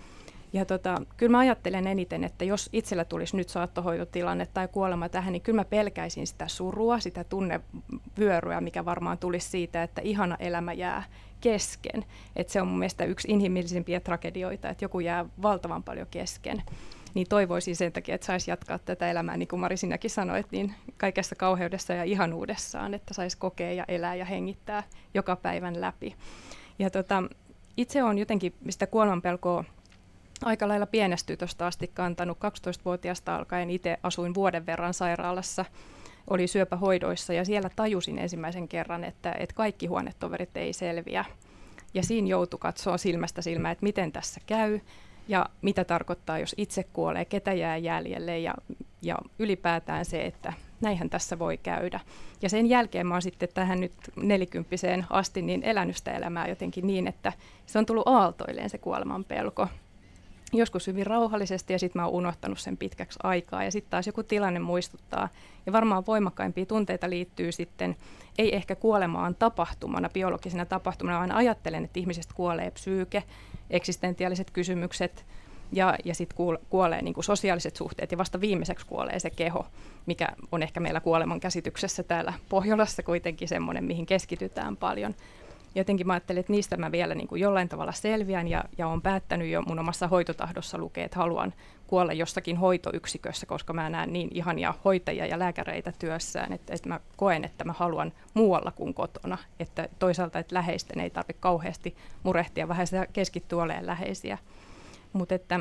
Speaker 5: Ja tota, kyllä mä ajattelen eniten, että jos itsellä tulisi nyt saattohoitotilanne tai kuolema tähän, niin kyllä mä pelkäisin sitä surua, sitä tunnevyöryä, mikä varmaan tulisi siitä, että ihana elämä jää kesken. Että se on mun mielestä yksi inhimillisimpiä tragedioita, että joku jää valtavan paljon kesken. Niin toivoisin sen takia, että saisi jatkaa tätä elämää, niin kuin Mari sinäkin sanoit, niin kaikessa kauheudessa ja ihanuudessaan, että saisi kokea ja elää ja hengittää joka päivän läpi. Ja tota, itse olen jotenkin sitä kuolemanpelkoa aika lailla pienestä tytöstä asti kantanut. kaksitoistavuotiaasta alkaen itse asuin vuoden verran sairaalassa, oli syöpähoidoissa ja siellä tajusin ensimmäisen kerran, että, että kaikki huonetoverit ei selviä. Ja siinä joutui katsoa silmästä silmään, että miten tässä käy ja mitä tarkoittaa, jos itse kuolee, ketä jää jäljelle ja, ja ylipäätään se, että näinhän tässä voi käydä. Ja sen jälkeen mä oon sitten tähän nyt nelikymppiseen asti niin elänyt sitä elämää jotenkin niin, että se on tullut aaltoilleen se kuoleman pelko. Joskus hyvin rauhallisesti ja sitten mä oon unohtanut sen pitkäksi aikaa ja sitten taas joku tilanne muistuttaa. Ja varmaan voimakkaimpia tunteita liittyy sitten, ei ehkä kuolemaan tapahtumana, biologisena tapahtumana, vaan ajattelen, että ihmisestä kuolee psyyke, eksistentiaaliset kysymykset ja, ja sitten kuolee niin kuin sosiaaliset suhteet ja vasta viimeiseksi kuolee se keho, mikä on ehkä meillä kuoleman käsityksessä täällä Pohjolassa kuitenkin semmoinen, mihin keskitytään paljon. Jotenkin mä ajattelin, että niistä mä vielä niin kuin jollain tavalla selviän ja, ja olen päättänyt jo mun omassa hoitotahdossa lukea, että haluan kuolla jossakin hoitoyksikössä, koska mä näen niin ihania hoitajia ja lääkäreitä työssään, että, että mä koen, että mä haluan muualla kuin kotona. Että toisaalta, että läheisten ei tarvitse kauheasti murehtia, vähän sitä keskittyä olemaan läheisiä. Mutta että,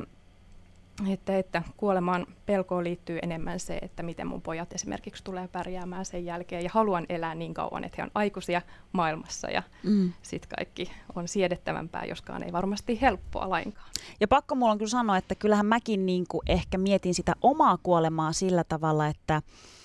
Speaker 5: että, että kuolemaan pelkoon liittyy enemmän se, että miten mun pojat esimerkiksi tulee pärjäämään sen jälkeen. Ja haluan elää niin kauan, että he on aikuisia maailmassa ja mm. sitten kaikki on siedettävämpää, joskaan ei varmasti helppoa lainkaan.
Speaker 3: Ja pakko mulla on kyllä sanoa, että kyllähän mäkin niin kuin ehkä mietin sitä omaa kuolemaa sillä tavalla, että,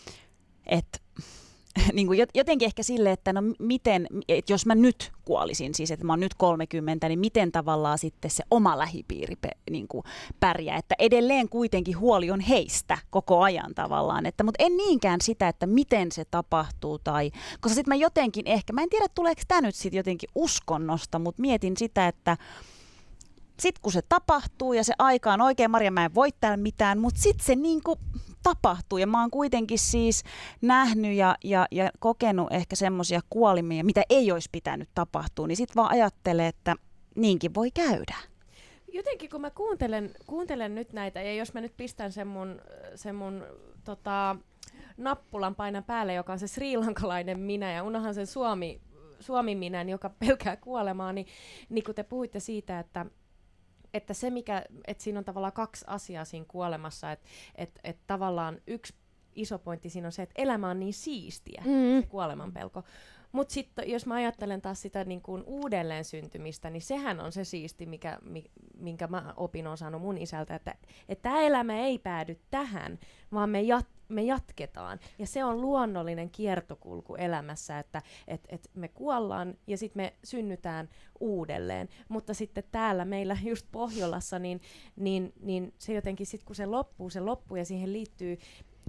Speaker 3: että niin kuin jotenkin ehkä sille, että no miten, että jos mä nyt kuolisin, siis että mä oon nyt kolmekymmentä, niin miten tavallaan sitten se oma lähipiiri niin kuin pärjää. Että edelleen kuitenkin huoli on heistä koko ajan tavallaan, että, mutta en niinkään sitä, että miten se tapahtuu. Tai, koska sitten mä jotenkin ehkä, mä en tiedä tuleeko tämä nyt sitten jotenkin uskonnosta, mutta mietin sitä, että sitten kun se tapahtuu ja se aika on oikein, Maria, mä en voi täällä mitään, mutta sitten se niin kuin tapahtuu. Ja mä oon kuitenkin siis nähnyt ja, ja, ja kokenut ehkä semmoisia kuolimia, mitä ei olisi pitänyt tapahtua, niin sitten vaan ajattelee, että niinkin voi käydä.
Speaker 4: Jotenkin kun mä kuuntelen, kuuntelen nyt näitä, ja jos mä nyt pistän sen mun, sen mun tota, nappulan painan päälle, joka on se srilankalainen minä, ja unohan sen suomi, suomi-minän, joka pelkää kuolemaa, niin, niin kun te puhuitte siitä, että että se mikä, että siinä on tavallaan kaksi asiaa siinä kuolemassa, että et, et tavallaan yksi iso pointti siinä on se, että elämä on niin siistiä,
Speaker 2: Mm.
Speaker 4: se kuolemanpelko. Mutta sitten jos mä ajattelen taas sitä niin kuin uudelleen syntymistä, niin sehän on se siisti, mikä, mi, minkä mä opin osannut mun isältä, että tämä elämä ei päädy tähän, vaan me, jat, me jatketaan. Ja se on luonnollinen kiertokulku elämässä, että et, et me kuollaan ja sitten me synnytään uudelleen. Mutta sitten täällä meillä just Pohjolassa, niin, niin, niin se jotenkin sitten kun se loppuu, se loppuu ja siihen liittyy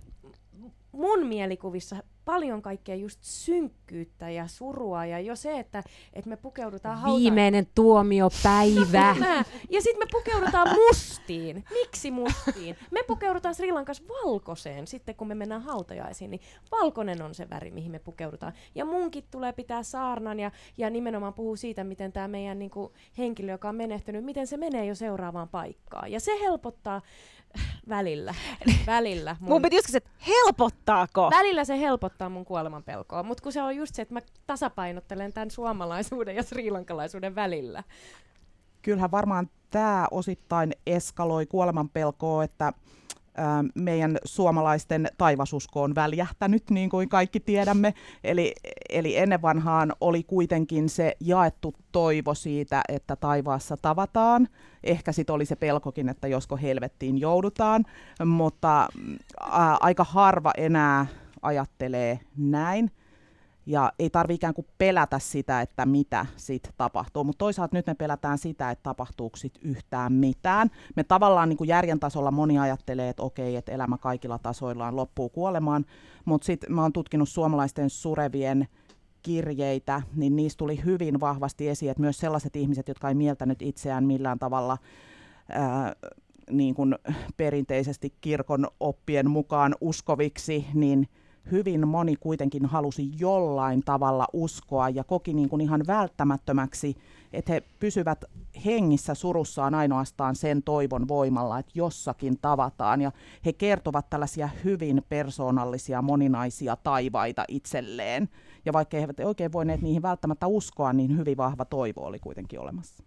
Speaker 4: mun mielikuvissa paljon kaikkea just synkkyyttä ja surua ja jo se, että, että me pukeudutaan hautaan.
Speaker 2: Viimeinen tuomiopäivä.
Speaker 4: Ja sitten me pukeudutaan mustiin. Miksi mustiin? Me pukeudutaan Sri Lankassa valkoiseen sitten, kun me mennään hautajaisiin, niin valkoinen on se väri, mihin me pukeudutaan. Ja munkit tulee pitää saarnan ja, ja nimenomaan puhuu siitä, miten tämä meidän niin kuin, henkilö, joka on menehtynyt, miten se menee jo seuraavaan paikkaan. Ja se helpottaa välillä. välillä mun...
Speaker 3: Mun piti just kysyä, että helpottaako?
Speaker 4: Välillä se helpottaa mun kuolemanpelkoa, mutta kun se on just se, että mä tasapainottelen tämän suomalaisuuden ja srilankalaisuuden välillä.
Speaker 6: Kyllähän varmaan tämä osittain eskaloi kuolemanpelkoa, että ää, meidän suomalaisten taivasusko on väljähtänyt, niin kuin kaikki tiedämme. Eli, eli ennen vanhaan oli kuitenkin se jaettu toivo siitä, että taivaassa tavataan. Ehkä sitten oli se pelkokin, että josko helvettiin joudutaan, mutta ää, aika harva enää ajattelee näin. Ja ei tarvitse ikään kuin pelätä sitä, että mitä sitten tapahtuu. Mutta toisaalta nyt me pelätään sitä, että tapahtuuko sit yhtään mitään. Me tavallaan niin kuin järjen tasolla moni ajattelee, että okei, että elämä kaikilla tasoillaan loppuu kuolemaan. Mutta sitten mä oon tutkinut suomalaisten surevien kirjeitä, niin niistä tuli hyvin vahvasti esiin, että myös sellaiset ihmiset, jotka ei mieltänyt itseään millään tavalla ää, niin kuin perinteisesti kirkon oppien mukaan uskoviksi, niin hyvin moni kuitenkin halusi jollain tavalla uskoa ja koki niin kuin ihan välttämättömäksi, että he pysyvät hengissä surussaan ainoastaan sen toivon voimalla, että jossakin tavataan. Ja he kertovat tällaisia hyvin persoonallisia, moninaisia taivaita itselleen. Ja vaikka he eivät oikein voineet niihin välttämättä uskoa, niin hyvin vahva toivo oli kuitenkin olemassa.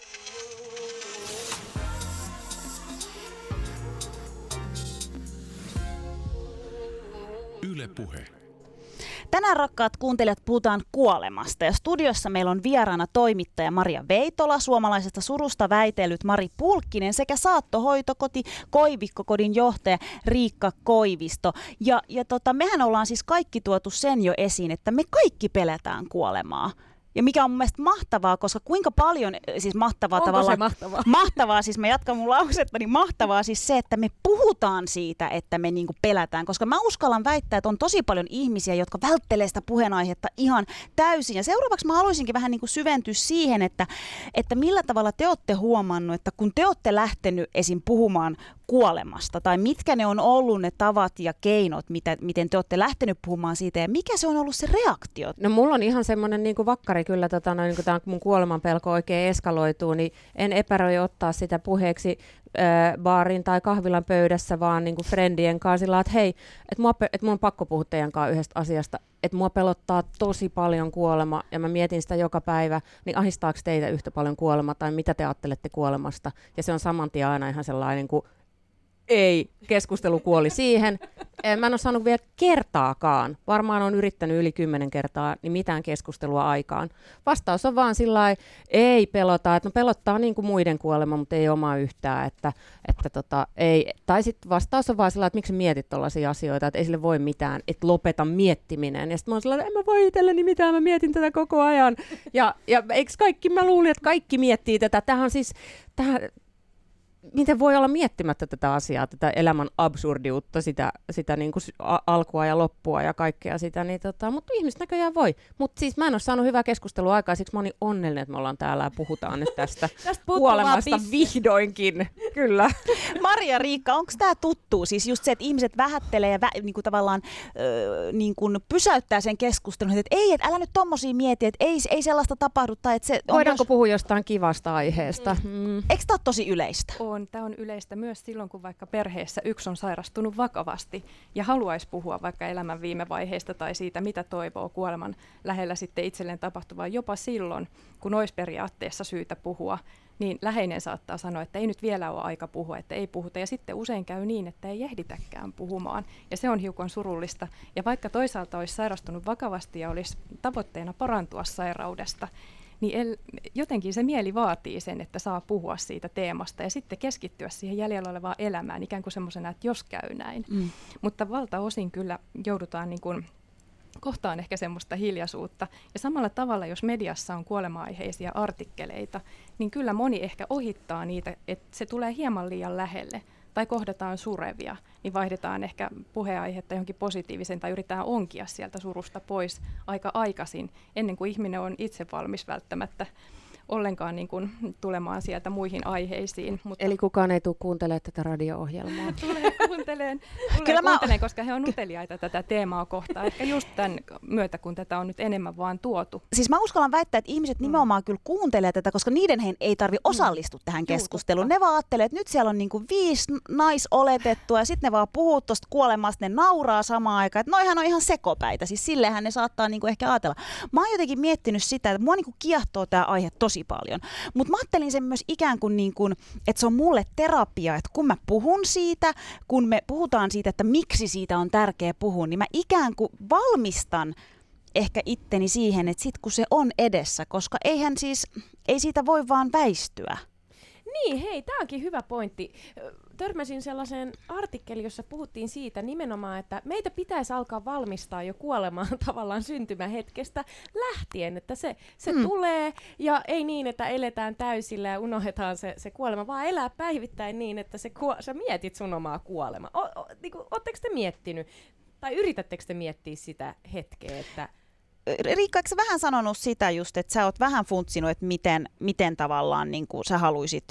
Speaker 7: Yle Puhe.
Speaker 3: Tänään, rakkaat kuuntelijat, puhutaan kuolemasta ja studiossa meillä on vieraana toimittaja Maria Veitola, suomalaisesta surusta väitellyt Mari Pulkkinen sekä saattohoitokoti Koivikkokodin johtaja Riikka Koivisto. Ja, ja tota, mehän ollaan siis kaikki tuotu sen jo esiin, että me kaikki pelätään kuolemaa. Ja mikä on mun mielestä mahtavaa, koska kuinka paljon, siis mahtavaa
Speaker 4: Onko
Speaker 3: tavallaan...
Speaker 4: se mahtavaa?
Speaker 3: Mahtavaa, siis mä jatkan mun lausetta, niin mahtavaa siis se, että me puhutaan siitä, että me niinku pelätään. Koska mä uskallan väittää, että on tosi paljon ihmisiä, jotka välttelee sitä puheenaihetta ihan täysin. Ja seuraavaksi mä haluaisinkin vähän niinku syventyä siihen, että, että millä tavalla te olette huomannut, että kun te olette lähtenyt esim. Puhumaan kuolemasta, tai mitkä ne on ollut ne tavat ja keinot, mitä, miten te olette lähtenyt puhumaan siitä, ja mikä se on ollut se reaktio?
Speaker 2: No mulla on ihan semmoinen niin kuin vakkari kyllä, tota, no, niin kuin tämä mun kuolemanpelko oikein eskaloituu, niin en epäröi ottaa sitä puheeksi äh, baarin tai kahvilan pöydässä, vaan niin kuin friendien kanssa sillä, että hei, että mua, et mun on pakko puhua teidän kanssa yhdestä asiasta, että mua pelottaa tosi paljon kuolema, ja mä mietin sitä joka päivä, niin ahdistaako teitä yhtä paljon kuolema, tai mitä te ajattelette kuolemasta, ja se on saman tien aina ihan sellainen niin kuin ei, keskustelu kuoli siihen. Mä en ole saanut vielä kertaakaan, varmaan on yrittänyt yli kymmenen kertaa, niin mitään keskustelua aikaan. Vastaus on vaan sillä lailla, ei pelota, että no pelottaa niin kuin muiden kuolema, mutta ei omaa yhtään. Että, että tota, ei. Tai sitten vastaus on vaan sillä lailla, että miksi mietit tollaisia asioita, että ei sille voi mitään, että lopeta miettiminen. Ja sitten mä oon sillä lailla, että en mä voi itselleni mitään, mä mietin tätä koko ajan. Ja, ja eikö kaikki, mä luulin, että kaikki miettii tätä. Tähän on siis, tähän, miten voi olla miettimättä tätä asiaa, tätä elämän absurdiutta, sitä, sitä niin kuin alkua ja loppua ja kaikkea sitä, niin tota, mutta ihmiset näköjään voi. Mutta siis mä en ole saanut hyvää keskustelua aikaa, siksi mä oon niin onnellinen, että me ollaan täällä ja puhutaan nyt tästä kuolemasta vihdoinkin. Kyllä.
Speaker 3: Maria, Riikka, onko tämä tuttu? Siis just se, että ihmiset vähättelee ja vä, niin kuin tavallaan öö, niin kuin pysäyttää sen keskustelun, että ei, että älä nyt tommosia mieti, että ei, ei sellaista tapahdu. Tai että se
Speaker 2: voidaanko myös puhua jostain kivasta aiheesta? Mm.
Speaker 3: Eikö tämä ole tosi yleistä?
Speaker 5: on, tämä on yleistä myös silloin, kun vaikka perheessä yksi on sairastunut vakavasti ja haluaisi puhua vaikka elämän viime vaiheista tai siitä, mitä toivoo kuoleman lähellä sitten itselleen tapahtuvaa. Jopa silloin, kun olisi periaatteessa syytä puhua, niin läheinen saattaa sanoa, että ei nyt vielä ole aika puhua, että ei puhuta. Ja sitten usein käy niin, että ei ehditäkään puhumaan. Ja se on hiukan surullista. Ja vaikka toisaalta olisi sairastunut vakavasti ja olisi tavoitteena parantua sairaudesta, niin el, jotenkin se mieli vaatii sen, että saa puhua siitä teemasta ja sitten keskittyä siihen jäljellä olevaan elämään, ikään kuin semmoisena, että jos käy näin. Mm. Mutta valtaosin kyllä joudutaan niin kuin kohtaan ehkä semmoista hiljaisuutta. Ja samalla tavalla, jos mediassa on kuolema-aiheisia artikkeleita, niin kyllä moni ehkä ohittaa niitä, että se tulee hieman liian lähelle. Tai kohdataan surevia, niin vaihdetaan ehkä puheenaihetta johonkin positiiviseen tai yritetään onkia sieltä surusta pois aika aikaisin, ennen kuin ihminen on itse valmis välttämättä ollenkaan niin kuin tulemaan sieltä muihin aiheisiin. Mutta
Speaker 2: eli kukaan ei tule kuuntelemaan tätä radio-ohjelmaa?
Speaker 5: Tulee kuunteleen, tulee Kyllä kuuntelen, mä... koska he on uteliaita tätä teemaa kohtaan. Ehkä just tämän myötä, kun tätä on nyt enemmän vaan tuotu.
Speaker 3: Siis mä uskallan väittää, että ihmiset mm. nimenomaan kyllä kuuntelee tätä, koska niiden ei tarvitse osallistua mm. tähän keskusteluun. Ne vaan ajattelee, että nyt siellä on niinku viisi naisoletettua ja sitten ne vaan puhuu tuosta kuolemasta, ne nauraa samaan aikaan. Että noihän on ihan sekopäitä. Siis silleenhän ne saattaa niinku ehkä ajatella. Mä oon jotenkin miettinyt sitä, että mua niinku kiehtoo tämä aihe tosi paljon. Mutta mä ajattelin sen myös ikään kuin, niin kuin, että se on mulle terapia, että kun mä puhun siitä, kun me puhutaan siitä, että miksi siitä on tärkeä puhua, niin mä ikään kuin valmistan ehkä itteni siihen, että sit kun se on edessä, koska eihän siis, ei siitä voi vaan väistyä.
Speaker 4: Niin, hei, tämä onkin hyvä pointti. Törmäsin sellaiseen artikkeliin, jossa puhuttiin siitä nimenomaan, että meitä pitäisi alkaa valmistaa jo kuolemaan tavallaan syntymähetkestä lähtien, että se, se mm. tulee ja ei niin, että eletään täysillä ja unohdetaan se, se kuolema, vaan elää päivittäin niin, että se kuo- sä mietit sun omaa kuolemaa. O- o- niin Oletteko te miettinyt tai yritättekö te miettiä sitä hetkeä, että
Speaker 3: Riikka, eikö sä vähän sanonut sitä just, että sä oot vähän funtsinut, että miten, miten tavallaan niin kuin sä haluisit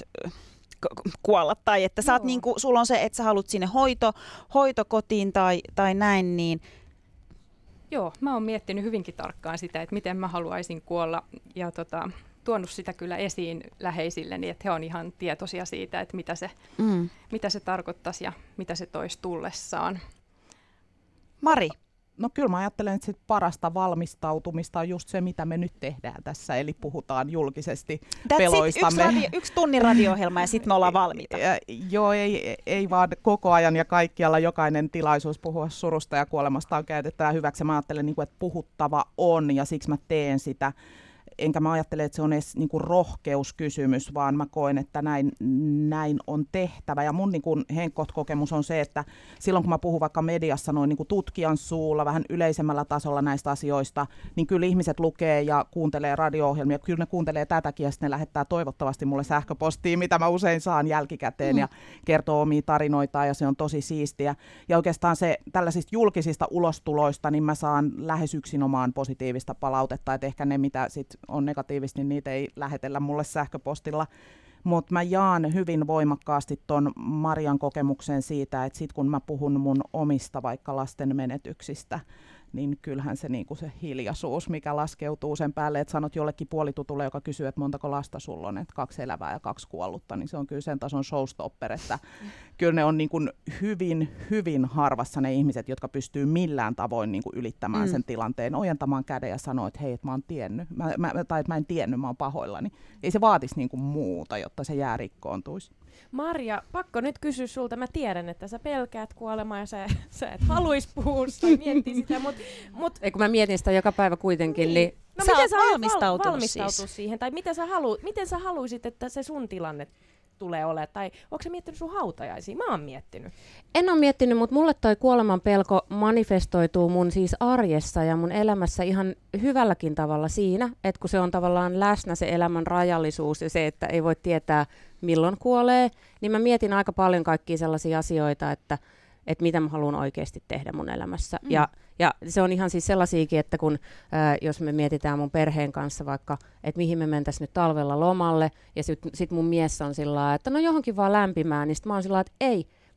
Speaker 3: kuolla, tai että sä oot, niin kuin, sulla on se, että sä haluat sinne hoito, hoitokotiin tai, tai näin, niin
Speaker 5: Joo, mä oon miettinyt hyvinkin tarkkaan sitä, että miten mä haluaisin kuolla, ja tota, tuonut sitä kyllä esiin läheisilleni, että he on ihan tietoisia siitä, että mitä se, mm. mitä se tarkoittaisi ja mitä se toisi tullessaan.
Speaker 3: Mari?
Speaker 6: No kyllä mä ajattelen, että sit parasta valmistautumista on just se, mitä me nyt tehdään tässä, eli puhutaan julkisesti
Speaker 3: That's
Speaker 6: peloistamme.
Speaker 3: Yksi, radio, yksi tunnin radio-ohjelma ja sitten me ollaan valmiita.
Speaker 6: Ja, joo, ei, ei vaan koko ajan ja kaikkialla jokainen tilaisuus puhua surusta ja kuolemasta on käytettävä hyväksi. Mä ajattelen, että puhuttava on ja siksi mä teen sitä. Enkä mä ajattele, että se on edes niin kuin rohkeuskysymys, vaan mä koen, että näin, näin on tehtävä. Ja mun niin kuin henkkohkokemus on se, että silloin kun mä puhun vaikka mediassa noin niin kuin tutkijan suulla, vähän yleisemmällä tasolla näistä asioista, niin kyllä ihmiset lukee ja kuuntelee radio-ohjelmia. Kyllä ne kuuntelee tätäkin ja sitten ne lähettää toivottavasti mulle sähköpostiin, mitä mä usein saan jälkikäteen mm. ja kertoo omia tarinoitaan ja se on tosi siistiä. Ja oikeastaan se tällaisista julkisista ulostuloista, niin mä saan lähes yksinomaan positiivista palautetta, että ehkä ne mitä sitten on negatiivisesti, niin niitä ei lähetellä mulle sähköpostilla. Mutta mä jaan hyvin voimakkaasti ton Marian kokemuksen siitä, että sit kun mä puhun mun omista vaikka lasten menetyksistä, niin kyllähän se, niinku se hiljaisuus, mikä laskeutuu sen päälle, että sanot jollekin puolitutulle, joka kysyy, että montako lasta sulla on, että kaksi elävää ja kaksi kuollutta, niin se on kyllä sen tason showstopper, että kyllä ne on niinku hyvin, hyvin harvassa ne ihmiset, jotka pystyy millään tavoin niinku ylittämään mm. sen tilanteen, ojentamaan käden ja sanoa, että hei, että mä oon tiennyt, mä, mä, tai että mä en tiennyt, mä oon pahoillani. Ei se vaatisi niinku muuta, jotta se jää rikkoontuisi.
Speaker 4: Marja, pakko nyt kysyä sulta. Mä tiedän, että sä pelkäät kuolemaa ja sä, sä et haluis puhua tai miettiä sitä, mutta mut,
Speaker 2: ei kun mä mietin sitä joka päivä kuitenkin. Niin. Niin,
Speaker 4: no
Speaker 3: sä
Speaker 4: miten sä
Speaker 3: valmistautunut,
Speaker 4: val- valmistautua
Speaker 3: siis.
Speaker 4: siihen? Tai miten sä, halu, miten sä haluisit, että se sun tilanne tulee olemaan? Tai onko sä miettinyt sun hautajaisia? Mä oon miettinyt.
Speaker 2: En ole miettinyt, mutta mulle toi kuoleman pelko manifestoituu mun siis arjessa ja mun elämässä ihan hyvälläkin tavalla siinä, että kun se on tavallaan läsnä se elämän rajallisuus ja se, että ei voi tietää milloin kuolee, niin mä mietin aika paljon kaikkia sellaisia asioita, että, että mitä mä haluan oikeasti tehdä mun elämässä. Mm. Ja, ja se on ihan siis sellaisiakin, että kun ää, jos me mietitään mun perheen kanssa vaikka, että mihin me mentäisiin nyt talvella lomalle, ja sitten sit mun mies on sillä lailla, että no johonkin vaan lämpimään, niin sit mä oon sillä lailla, että ei,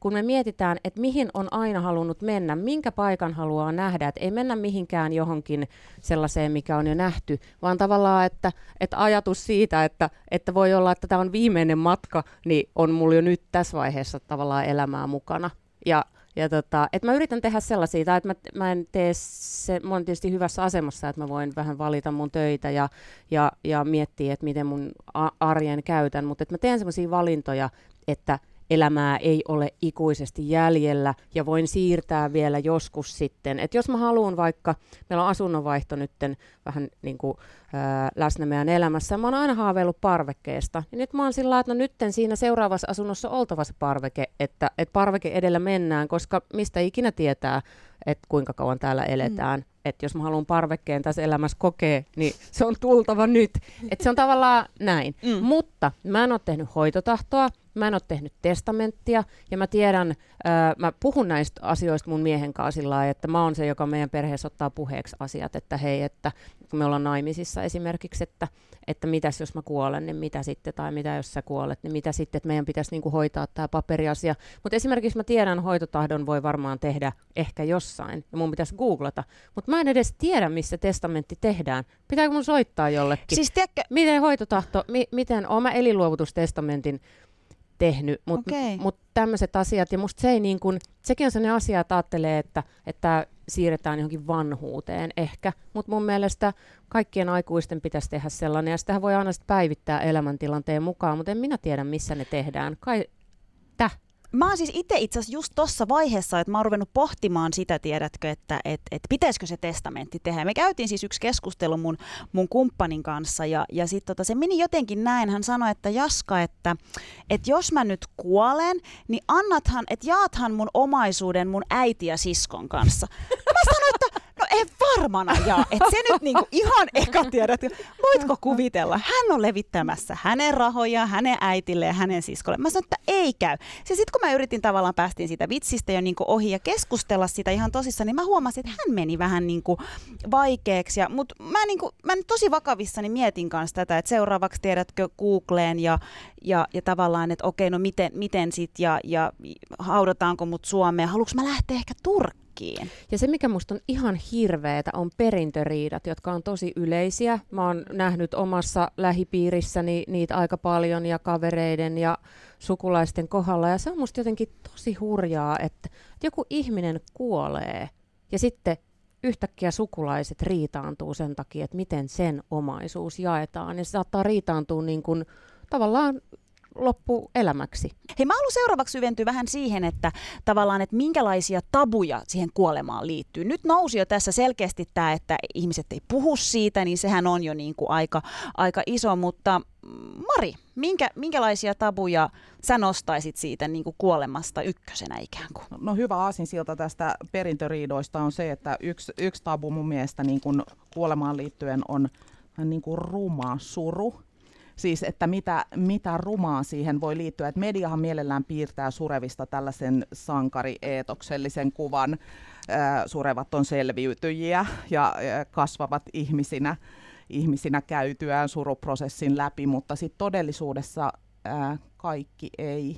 Speaker 2: kun me mietitään, että mihin on aina halunnut mennä, minkä paikan haluaa nähdä, että ei mennä mihinkään johonkin sellaiseen, mikä on jo nähty, vaan tavallaan, että, että ajatus siitä, että, että voi olla, että tämä on viimeinen matka, niin on mulla jo nyt tässä vaiheessa tavallaan elämää mukana. Ja Ja tota, että mä yritän tehdä sellaisia, tai että mä, mä en tee se, mä oon tietysti hyvässä asemassa, että mä voin vähän valita mun töitä ja, ja, ja miettiä, että miten mun arjen käytän, mutta että mä teen sellaisia valintoja, että elämää ei ole ikuisesti jäljellä ja voin siirtää vielä joskus sitten. Että jos mä haluan vaikka, meillä on asunnonvaihto nytten vähän niin kuin ää, läsnä meidän elämässä, mä oon aina haaveillut parvekkeesta. Ja nyt mä oon sillä lailla, että no nytten siinä seuraavassa asunnossa on oltava se parveke, että, että parveke edellä mennään, koska mistä ikinä tietää, että kuinka kauan täällä eletään. Mm. Että jos mä haluan parvekkeen tässä elämässä kokea, niin se on tultava nyt. Että se on tavallaan näin. Mm. Mutta mä en ole tehnyt hoitotahtoa, mä en ole tehnyt testamenttia, ja mä tiedän, äh, mä puhun näistä asioista mun miehen kanssa sillä lailla, että mä oon se, joka meidän perheessä ottaa puheeksi asiat, että hei, että kun me ollaan naimisissa esimerkiksi, että, että mitäs jos mä kuolen, niin mitä sitten, tai mitä jos sä kuolet, niin mitä sitten, että meidän pitäisi niinku hoitaa tämä paperiasia. Mutta esimerkiksi mä tiedän, hoitotahdon voi varmaan tehdä ehkä jossain, ja mun pitäisi googlata, mutta mä en edes tiedä, missä testamentti tehdään. Pitääkö mun soittaa jollekin?
Speaker 3: Siis tiedätkö...
Speaker 2: Miten hoitotahto, mi- miten, oon mä elinluovutustestamentin tehnyt, mutta
Speaker 3: okay.
Speaker 2: mut tämmöiset asiat, ja musta se ei niin kuin, sekin on sellainen asia, että ajattelee, että, että siirretään johonkin vanhuuteen ehkä, mutta mun mielestä kaikkien aikuisten pitäisi tehdä sellainen, ja sitähän voi aina sit päivittää elämäntilanteen mukaan, mutta en minä tiedä, missä ne tehdään. Kai, täh.
Speaker 3: Mä oon siis itse itse asiassa just tuossa vaiheessa, että mä oon ruvennut pohtimaan sitä, tiedätkö, että et, et pitäisikö se testamentti tehdä. Me käytiin siis yksi keskustelu mun, mun kumppanin kanssa, ja, ja sitten tota, se meni jotenkin näin. Hän sanoi, että Jaska, että, että jos mä nyt kuolen, niin annathan, että jaathan mun omaisuuden mun äiti ja siskon kanssa. Mä sanoin, että no ei varmana jaa. Että se nyt niinku ihan eka tiedätkö, voitko kuvitella, hän on levittämässä hänen rahoja, hänen äitille ja hänen siskolle. Mä sanoin, että ei käy. Se sit kun mä yritin tavallaan päästiin siitä vitsistä jo niinku ohi ja keskustella sitä ihan tosissaan, niin mä huomasin, että hän meni vähän niinku vaikeaksi. Mutta mä, niinku, mä nyt tosi vakavissani mietin kanssa tätä, että seuraavaksi tiedätkö Googleen ja, ja, ja tavallaan, että okei, no miten, miten sit ja, ja haudataanko mut Suomeen. Haluanko mä lähteä ehkä Turkkiin?
Speaker 2: Ja se, mikä musta on ihan hirveetä, on perintöriidat, jotka on tosi yleisiä. Mä oon nähnyt omassa lähipiirissäni niitä aika paljon ja kavereiden ja sukulaisten kohdalla. Ja se on musta jotenkin tosi hurjaa, että joku ihminen kuolee ja sitten yhtäkkiä sukulaiset riitaantuu sen takia, että miten sen omaisuus jaetaan. Ja se saattaa riitaantua niin kuin tavallaan loppuelämäksi.
Speaker 3: Hei, mä haluan seuraavaksi syventyä vähän siihen, että tavallaan, että minkälaisia tabuja siihen kuolemaan liittyy. Nyt nousi jo tässä selkeästi tämä, että ihmiset ei puhu siitä, niin sehän on jo niin kuin aika, aika iso, mutta Mari, minkä, minkälaisia tabuja sä nostaisit siitä niin kuin kuolemasta ykkösenä ikään kuin?
Speaker 6: No hyvä aasinsilta tästä perintöriidoista on se, että yksi, yksi tabu mun mielestä niin kuin kuolemaan liittyen on niin kuin ruma suru. Siis, että mitä, mitä rumaa siihen voi liittyä. Et mediahan mielellään piirtää surevista tällaisen sankarieetoksellisen kuvan. Ää, surevat on selviytyjiä ja ää, kasvavat ihmisinä, ihmisinä käytyään suruprosessin läpi, mutta sitten todellisuudessa ää, kaikki ei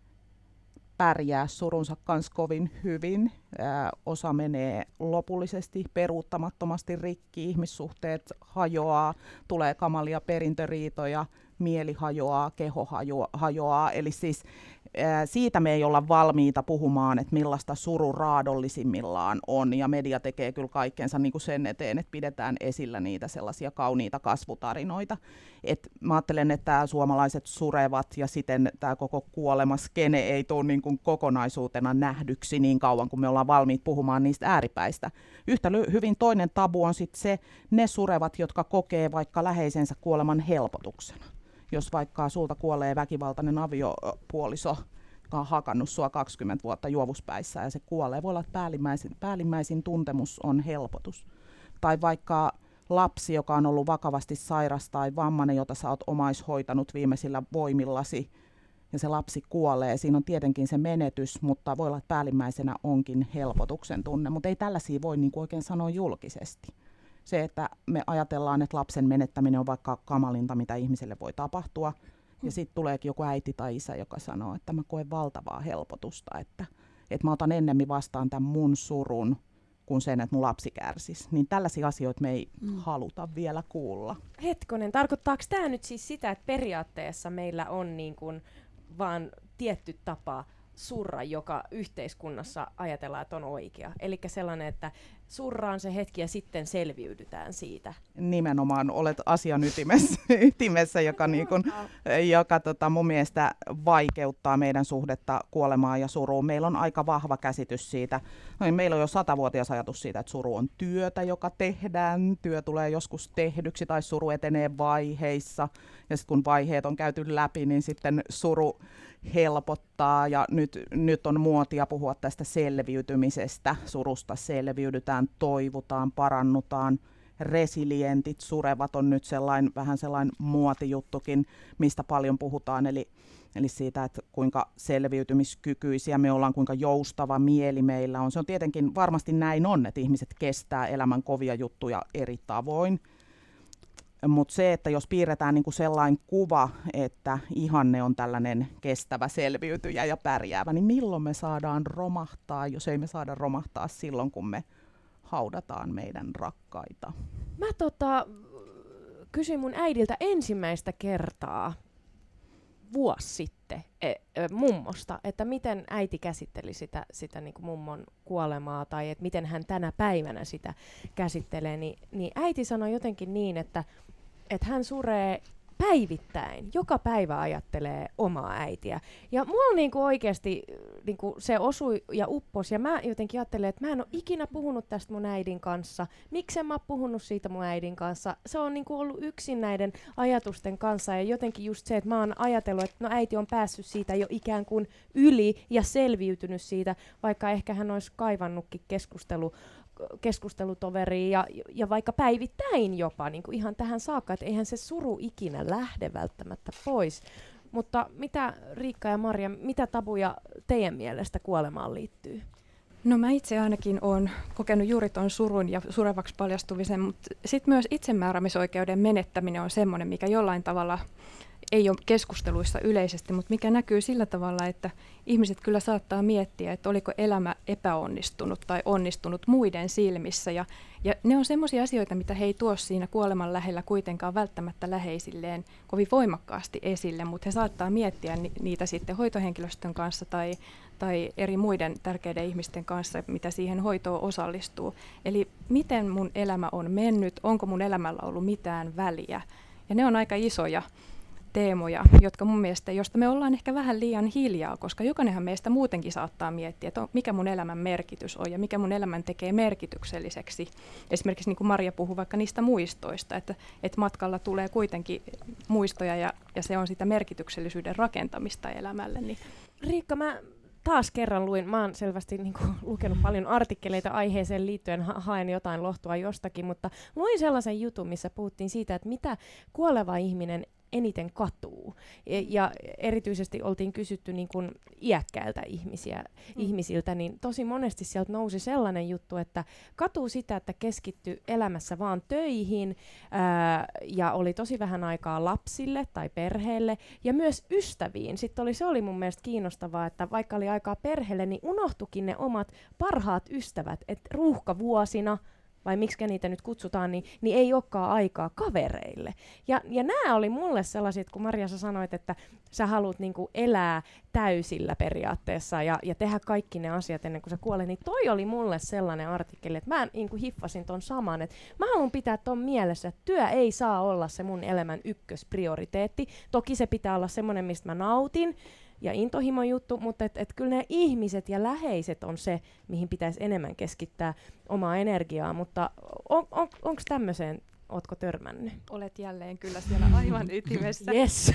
Speaker 6: pärjää surunsa kanssa kovin hyvin. Ää, osa menee lopullisesti, peruuttamattomasti rikki, ihmissuhteet hajoaa, tulee kamalia perintöriitoja, mieli hajoaa, keho hajoaa. hajoaa. Eli siis ää, siitä me ei olla valmiita puhumaan, että millaista suru raadollisimmillaan on, ja media tekee kyllä kaikkensa niin kuin sen eteen, että pidetään esillä niitä sellaisia kauniita kasvutarinoita. Et mä ajattelen, että tämä suomalaiset surevat ja sitten tämä koko kuolemaskene ei tule niin kuin kokonaisuutena nähdyksi niin kauan, kun me ollaan valmiit puhumaan niistä ääripäistä. Yhtä ly- hyvin toinen tabu on sitten se, ne surevat, jotka kokee vaikka läheisensä kuoleman helpotuksena. Jos vaikka sulta kuolee väkivaltainen aviopuoliso, joka on hakannut sua kaksikymmentä vuotta juovuspäissä ja se kuolee, voi olla, että päällimmäisin, päällimmäisin tuntemus on helpotus. Tai vaikka lapsi, joka on ollut vakavasti sairas tai vammainen, jota sä oot omaishoitanut viimeisillä voimillasi, ja se lapsi kuolee. Siinä on tietenkin se menetys, mutta voi olla, että päällimmäisenä onkin helpotuksen tunne. Mutta ei tällaisia voi niin kuin oikein sanoa julkisesti. Se, että me ajatellaan, että lapsen menettäminen on vaikka kamalinta, mitä ihmiselle voi tapahtua, Ja sitten tuleekin joku äiti tai isä, joka sanoo, että mä koen valtavaa helpotusta, että, että mä otan ennemmin vastaan tämän mun surun, kuin sen, että mun lapsi kärsisi. Niin tällaisia asioita me ei mm. haluta vielä kuulla.
Speaker 4: Hetkonen, tarkoittaako tämä nyt siis sitä, että periaatteessa meillä on niin kuin vaan tietty tapa surra, joka yhteiskunnassa ajatellaan, että on oikea? Eli sellainen, että surraan se hetki ja sitten selviydytään siitä.
Speaker 6: Nimenomaan olet asian ytimessä, ytimessä joka, niin kun, joka tota, mun mielestä vaikeuttaa meidän suhdetta kuolemaan ja suruun. Meillä on aika vahva käsitys siitä. No, meillä on jo satavuotias ajatus siitä, että suru on työtä, joka tehdään. Työ tulee joskus tehdyksi tai suru etenee vaiheissa. Ja sitten kun vaiheet on käyty läpi, niin sitten suru helpottaa. Ja nyt, nyt on muotia puhua tästä selviytymisestä. Surusta selviydytään, toivutaan, parannutaan. Resilientit, surevat on nyt sellainen, vähän sellainen muotijuttukin, mistä paljon puhutaan. Eli, eli siitä, että kuinka selviytymiskykyisiä me ollaan, kuinka joustava mieli meillä on. Se on tietenkin varmasti näin on, että ihmiset kestää elämän kovia juttuja eri tavoin. Mutta se, että jos piirretään niinku sellainen kuva, että ihanne on tällainen kestävä selviytyjä ja pärjäävä, niin milloin me saadaan romahtaa, jos ei me saada romahtaa silloin, kun me haudataan meidän rakkaita.
Speaker 4: Mä tota, kysyin mun äidiltä ensimmäistä kertaa vuosi sitten e, e, mummosta, että miten äiti käsitteli sitä, sitä niin kuin mummon kuolemaa tai että miten hän tänä päivänä sitä käsittelee, niin, niin äiti sanoi jotenkin niin, että, että hän suree päivittäin, joka päivä ajattelee omaa äitiä. Ja mulla niinku oikeasti niinku se osui ja upposi, ja mä jotenkin ajattelen, että mä en ole ikinä puhunut tästä mun äidin kanssa. Miksen mä oon puhunut siitä mun äidin kanssa? Se on niinku ollut yksin näiden ajatusten kanssa, ja jotenkin just se, että mä oon ajatellut, että no äiti on päässyt siitä jo ikään kuin yli ja selviytynyt siitä, vaikka ehkä hän olisi kaivannutkin keskustelu keskustelutoveriin ja, ja vaikka päivittäin jopa niin kuin ihan tähän saakka, että eihän se suru ikinä lähde välttämättä pois. Mutta mitä Riikka ja Marja, mitä tabuja teidän mielestä kuolemaan liittyy?
Speaker 5: No mä itse ainakin olen kokenut juuri tuon surun ja surevaksi paljastumisen, mutta sitten myös itsemääräämisoikeuden menettäminen on semmoinen, mikä jollain tavalla ei ole keskusteluissa yleisesti, mutta mikä näkyy sillä tavalla, että ihmiset kyllä saattaa miettiä, että oliko elämä epäonnistunut tai onnistunut muiden silmissä. Ja, ja ne on semmoisia asioita, mitä he ei tuo siinä kuoleman lähellä kuitenkaan välttämättä läheisilleen kovin voimakkaasti esille, mutta he saattaa miettiä ni- niitä sitten hoitohenkilöstön kanssa tai, tai eri muiden tärkeiden ihmisten kanssa, mitä siihen hoitoon osallistuu. Eli miten mun elämä on mennyt, onko mun elämällä ollut mitään väliä. Ja ne on aika isoja teemoja, jotka mun mielestä, josta me ollaan ehkä vähän liian hiljaa, koska jokainenhan meistä muutenkin saattaa miettiä, että mikä mun elämän merkitys on ja mikä mun elämän tekee merkitykselliseksi. Esimerkiksi niin kuin Marja puhui vaikka niistä muistoista, että, että matkalla tulee kuitenkin muistoja ja, ja se on sitä merkityksellisyyden rakentamista elämälle. Niin.
Speaker 4: Riikka, mä taas kerran luin, mä oon selvästi niin kuin, lukenut paljon artikkeleita aiheeseen liittyen, ha- haen jotain lohtua jostakin, mutta luin sellaisen jutun, missä puhuttiin siitä, että mitä kuoleva ihminen eniten katuu. Ja, ja erityisesti oltiin kysytty niin kuin iäkkäiltä ihmisiä, mm. ihmisiltä, niin tosi monesti sieltä nousi sellainen juttu, että katuu sitä, että keskittyi elämässä vaan töihin ää, ja oli tosi vähän aikaa lapsille tai perheelle ja myös ystäviin. Sitten oli, se oli mun mielestä kiinnostavaa, että vaikka oli aikaa perheelle, niin unohtukin ne omat parhaat ystävät, että ruuhkavuosina vai miksi niitä nyt kutsutaan, niin, niin ei olekaan aikaa kavereille. Ja, ja nämä oli mulle sellaiset, kun Marja sä sanoit, että sä haluat niinku elää täysillä periaatteessa ja, ja tehdä kaikki ne asiat ennen kuin sä kuolet, niin toi oli mulle sellainen artikkeli, että mä niinku hiffasin ton saman, että mä haluan pitää ton mielessä, että työ ei saa olla se mun elämän ykkösprioriteetti. Toki se pitää olla semmoinen, mistä mä nautin, ja intohimo juttu, mutta et, et kyllä ne ihmiset ja läheiset on se, mihin pitäisi enemmän keskittää omaa energiaa, mutta on, on, onko tämmöiseen, ootko törmännyt?
Speaker 5: Olet jälleen kyllä siellä aivan ytimessä.
Speaker 4: Yes.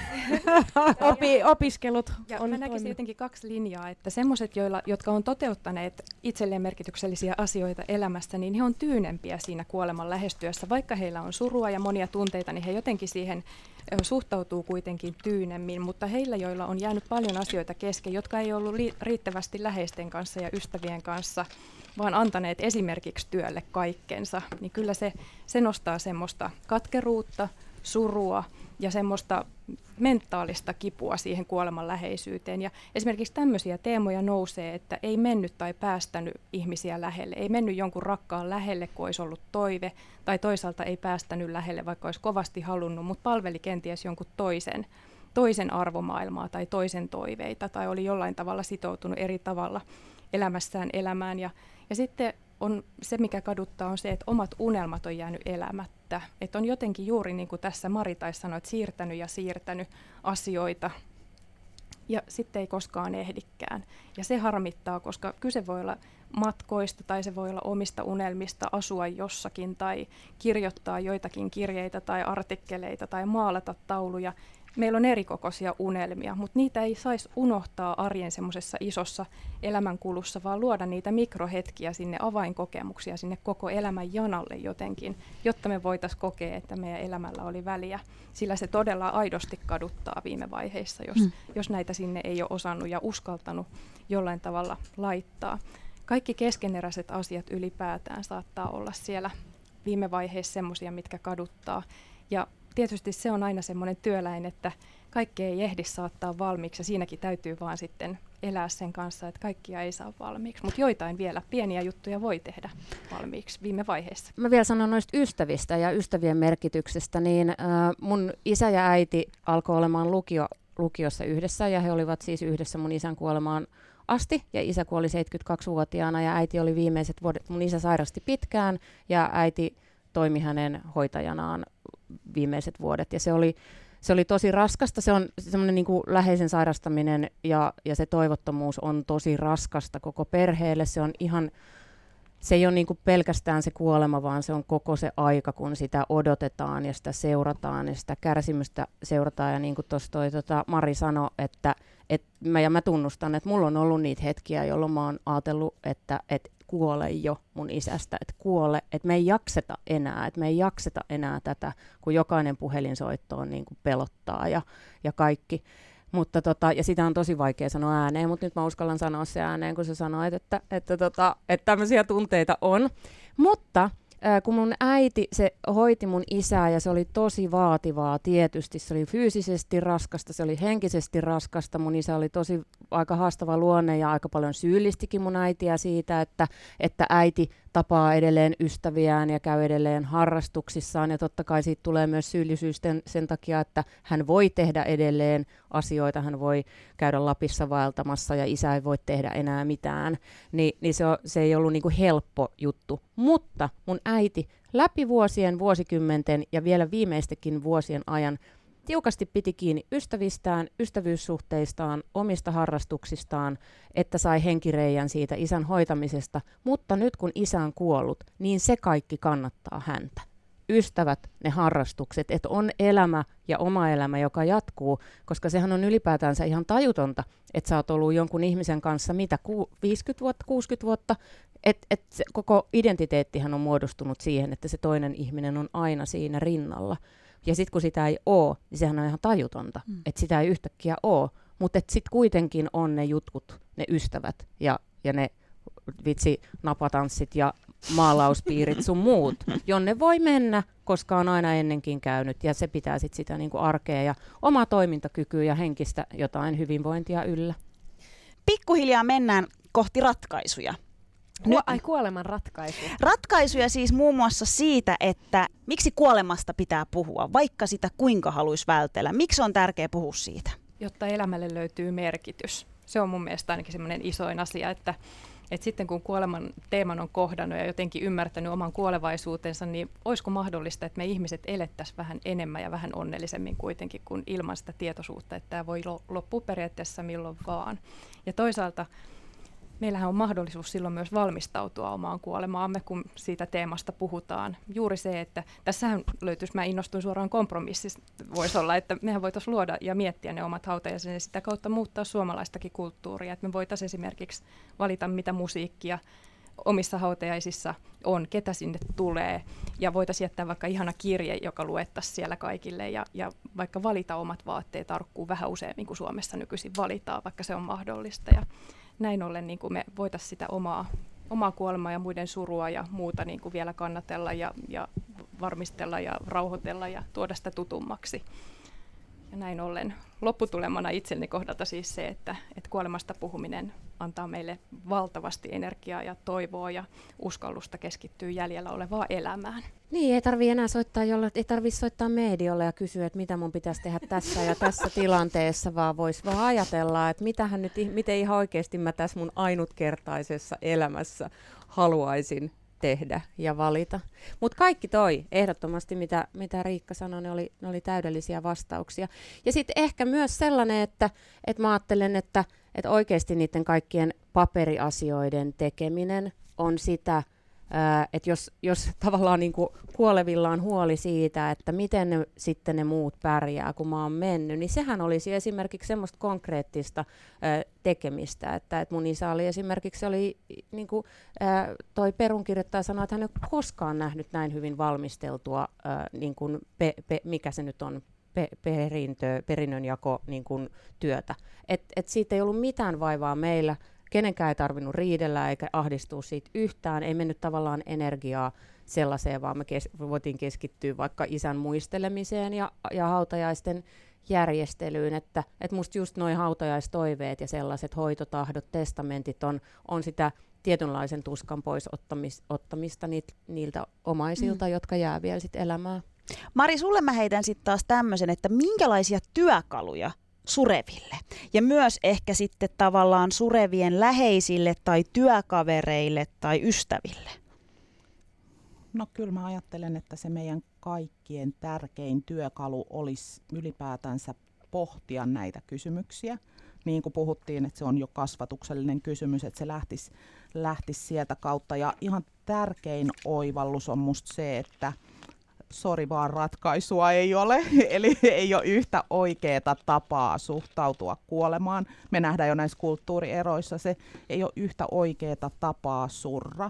Speaker 4: Opi, opiskelut
Speaker 5: ja
Speaker 4: on
Speaker 5: mä näkisin
Speaker 4: toiminut.
Speaker 5: jotenkin kaksi linjaa, että semmoiset, jotka on toteuttaneet itselleen merkityksellisiä asioita elämässä, niin he on tyynempiä siinä kuoleman lähestyessä. Vaikka heillä on surua ja monia tunteita, niin he jotenkin siihen suhtautuu kuitenkin tyynemmin, mutta heillä, joilla on jäänyt paljon asioita kesken, jotka ei ollut li- riittävästi läheisten kanssa ja ystävien kanssa, vaan antaneet esimerkiksi työlle kaikkensa, niin kyllä se, se nostaa semmoista katkeruutta, surua ja semmoista mentaalista kipua siihen kuoleman läheisyyteen. Ja esimerkiksi tämmöisiä teemoja nousee, että ei mennyt tai päästänyt ihmisiä lähelle. Ei mennyt jonkun rakkaan lähelle, kun olisi ollut toive, tai toisaalta ei päästänyt lähelle, vaikka olisi kovasti halunnut, mutta palveli kenties jonkun toisen, toisen arvomaailmaa tai toisen toiveita, tai oli jollain tavalla sitoutunut eri tavalla elämässään elämään. Ja, ja sitten on se, mikä kaduttaa, on se, että omat unelmat on jäänyt elämättä. Että on jotenkin juuri niin kuin tässä Mari taisi sanoa, että siirtänyt ja siirtänyt asioita ja sitten ei koskaan ehdikään. Ja se harmittaa, koska kyse voi olla matkoista tai se voi olla omista unelmista asua jossakin tai kirjoittaa joitakin kirjeitä tai artikkeleita tai maalata tauluja. Meillä on erikokoisia unelmia, mutta niitä ei saisi unohtaa arjen semmoisessa isossa elämänkulussa, vaan luoda niitä mikrohetkiä sinne, avainkokemuksia sinne koko elämän janalle jotenkin, jotta me voitaisiin kokea, että meidän elämällä oli väliä. Sillä se todella aidosti kaduttaa viime vaiheissa, jos, mm. jos näitä sinne ei ole osannut ja uskaltanut jollain tavalla laittaa. Kaikki keskeneräiset asiat ylipäätään saattaa olla siellä viime vaiheessa semmoisia, mitkä kaduttaa. Ja tietysti se on aina semmoinen työläin, että kaikkea ei ehdi saattaa valmiiksi ja siinäkin täytyy vaan sitten elää sen kanssa, että kaikkia ei saa valmiiksi. Mutta joitain vielä pieniä juttuja voi tehdä valmiiksi viime vaiheessa.
Speaker 2: Mä vielä sanon noista ystävistä ja ystävien merkityksestä, niin äh, mun isä ja äiti alkoi olemaan lukio, lukiossa yhdessä ja he olivat siis yhdessä mun isän kuolemaan asti ja isä kuoli seitsemänkymmentäkaksivuotiaana ja äiti oli viimeiset vuodet, mun isä sairasti pitkään ja äiti toimi hänen hoitajanaan viimeiset vuodet ja se oli, se oli tosi raskasta, se on semmoinen niin kuin läheisen sairastaminen ja, ja se toivottomuus on tosi raskasta koko perheelle, se on ihan, se ei ole niin kuin pelkästään se kuolema, vaan se on koko se aika, kun sitä odotetaan ja sitä seurataan ja sitä kärsimystä seurataan ja niin kuin tuossa toi tota Mari sanoi, että et mä, ja mä tunnustan, että mulla on ollut niitä hetkiä, jolloin mä oon ajatellut, että et kuole jo mun isästä, että kuole, että me ei jakseta enää, että me ei jakseta enää tätä, kun jokainen puhelinsoitto on niin kuin pelottaa ja, ja kaikki. Mutta tota, ja sitä on tosi vaikea sanoa ääneen, mutta nyt mä uskallan sanoa se ääneen, kun sä sanoit, että, että, tota, että tämmöisiä tunteita on. Mutta äh, kun mun äiti, se hoiti mun isää ja se oli tosi vaativaa tietysti, se oli fyysisesti raskasta, se oli henkisesti raskasta, mun isä oli tosi aika haastava luonne ja aika paljon syyllistikin mun äitiä siitä, että, että äiti tapaa edelleen ystäviään ja käy edelleen harrastuksissaan ja totta kai siitä tulee myös syyllisyys sen, sen takia, että hän voi tehdä edelleen asioita, hän voi käydä Lapissa vaeltamassa ja isä ei voi tehdä enää mitään, Ni, niin se, on, se ei ollut niinku helppo juttu, mutta mun äiti läpi vuosien, vuosikymmenten ja vielä viimeistekin vuosien ajan tiukasti piti kiinni ystävistään, ystävyyssuhteistaan, omista harrastuksistaan, että sai henkireijän siitä isän hoitamisesta, mutta nyt kun isä on kuollut, niin se kaikki kannattaa häntä. Ystävät, ne harrastukset, että on elämä ja oma elämä, joka jatkuu, koska sehän on ylipäätänsä ihan tajutonta, että sä oot ollut jonkun ihmisen kanssa mitä, viisikymmentä vuotta, kuusikymmentä vuotta, että et koko identiteettihän on muodostunut siihen, että se toinen ihminen on aina siinä rinnalla. Ja sitten kun sitä ei ole, niin sehän on ihan tajutonta, mm. että sitä ei yhtäkkiä ole. Mutta sitten kuitenkin on ne jutkut, ne ystävät ja, ja ne vitsi napatanssit ja maalauspiirit sun muut, jonne voi mennä, koska on aina ennenkin käynyt. Ja se pitää sitten sitä niinku arkea ja omaa toimintakykyä ja henkistä jotain hyvinvointia yllä.
Speaker 3: Pikkuhiljaa mennään kohti ratkaisuja.
Speaker 4: Nyt, ai kuoleman ratkaisu.
Speaker 3: Ratkaisuja siis muun muassa siitä, että miksi kuolemasta pitää puhua, vaikka sitä kuinka haluaisi vältellä. Miksi on tärkeää puhua siitä?
Speaker 5: Jotta elämälle löytyy merkitys. Se on mun mielestä ainakin semmoinen isoin asia, että, että sitten kun kuoleman teeman on kohdannut ja jotenkin ymmärtänyt oman kuolevaisuutensa, niin olisiko mahdollista, että me ihmiset elettäisiin vähän enemmän ja vähän onnellisemmin kuitenkin kuin ilman sitä tietoisuutta, että tämä voi loppua periaatteessa milloin vaan. Ja toisaalta meillähän on mahdollisuus silloin myös valmistautua omaan kuolemaamme, kun siitä teemasta puhutaan. Juuri se, että tässähän löytyisi, mä innostuin suoraan kompromissista, voisi olla, että mehän voitaisiin luoda ja miettiä ne omat hautajaiset ja sitä kautta muuttaa suomalaistakin kulttuuria. Että me voitaisiin esimerkiksi valita, mitä musiikkia omissa hautajaisissa on, ketä sinne tulee, ja voitaisiin jättää vaikka ihana kirje, joka luettaisiin siellä kaikille, ja, ja vaikka valita omat vaatteet arkkuu vähän useammin kuin Suomessa nykyisin valitaan, vaikka se on mahdollista. Ja näin ollen niin kuin me voitaisiin sitä omaa, omaa kuolemaa ja muiden surua ja muuta niin kuin vielä kannatella ja, ja varmistella ja rauhoitella ja tuoda sitä tutummaksi. Ja näin ollen lopputulemana itseni kohdalta siis se, että, että kuolemasta puhuminen antaa meille valtavasti energiaa ja toivoa ja uskallusta keskittyä jäljellä olevaan elämään.
Speaker 2: Niin, ei tarvitse enää soittaa jolle, ei tarvitse soittaa mediolle ja kysyä, että mitä mun pitäisi tehdä tässä ja tässä tilanteessa, vaan voisi vaan ajatella, että mitähän nyt, miten ihan oikeasti mä tässä mun ainutkertaisessa elämässä haluaisin tehdä ja valita. Mutta kaikki toi, ehdottomasti mitä, mitä Riikka sanoi, ne oli, ne oli täydellisiä vastauksia. Ja sitten ehkä myös sellainen, että, että mä ajattelen, että, että oikeasti niiden kaikkien paperiasioiden tekeminen on sitä, ää, että jos, jos tavallaan niin kuin kuolevilla on huoli siitä, että miten ne, sitten ne muut pärjää, kun mä oon mennyt, niin sehän olisi esimerkiksi semmoista konkreettista ää, tekemistä, että, että mun isä oli esimerkiksi, se oli niin kuin, ää, toi perunkirjoittaja sanoi, että hän ei ole koskaan nähnyt näin hyvin valmisteltua, ää, niin kuin pe, pe, mikä se nyt on, pe, perintö, perinnönjako niin kuin työtä. Et, et siitä ei ollut mitään vaivaa meillä, kenenkään ei tarvinnut riidellä eikä ahdistua siitä yhtään, ei mennyt tavallaan energiaa sellaiseen, vaan me kes- voitiin keskittyä vaikka isän muistelemiseen ja, ja hautajaisten järjestelyyn, että et musta just noi hautajaistoiveet ja sellaiset hoitotahdot, testamentit on, on sitä tietynlaisen tuskan pois ottamis, ottamista niit, niiltä omaisilta, mm. jotka jää vielä sit elämään.
Speaker 3: Mari, sulle mä heitän sitten taas tämmöisen, että minkälaisia työkaluja sureville ja myös ehkä sitten tavallaan surevien läheisille tai työkavereille tai ystäville?
Speaker 6: No kyllä mä ajattelen, että se meidän kaikkien tärkein työkalu olisi ylipäätänsä pohtia näitä kysymyksiä. Niin kuin puhuttiin, että se on jo kasvatuksellinen kysymys, että se lähtisi, lähtisi sieltä kautta. Ja ihan tärkein oivallus on musta se, että sori vaan ratkaisua ei ole, eli ei ole yhtä oikeaa tapaa suhtautua kuolemaan. Me nähdään jo näissä kulttuurieroissa, se ei ole yhtä oikeaa tapaa surra.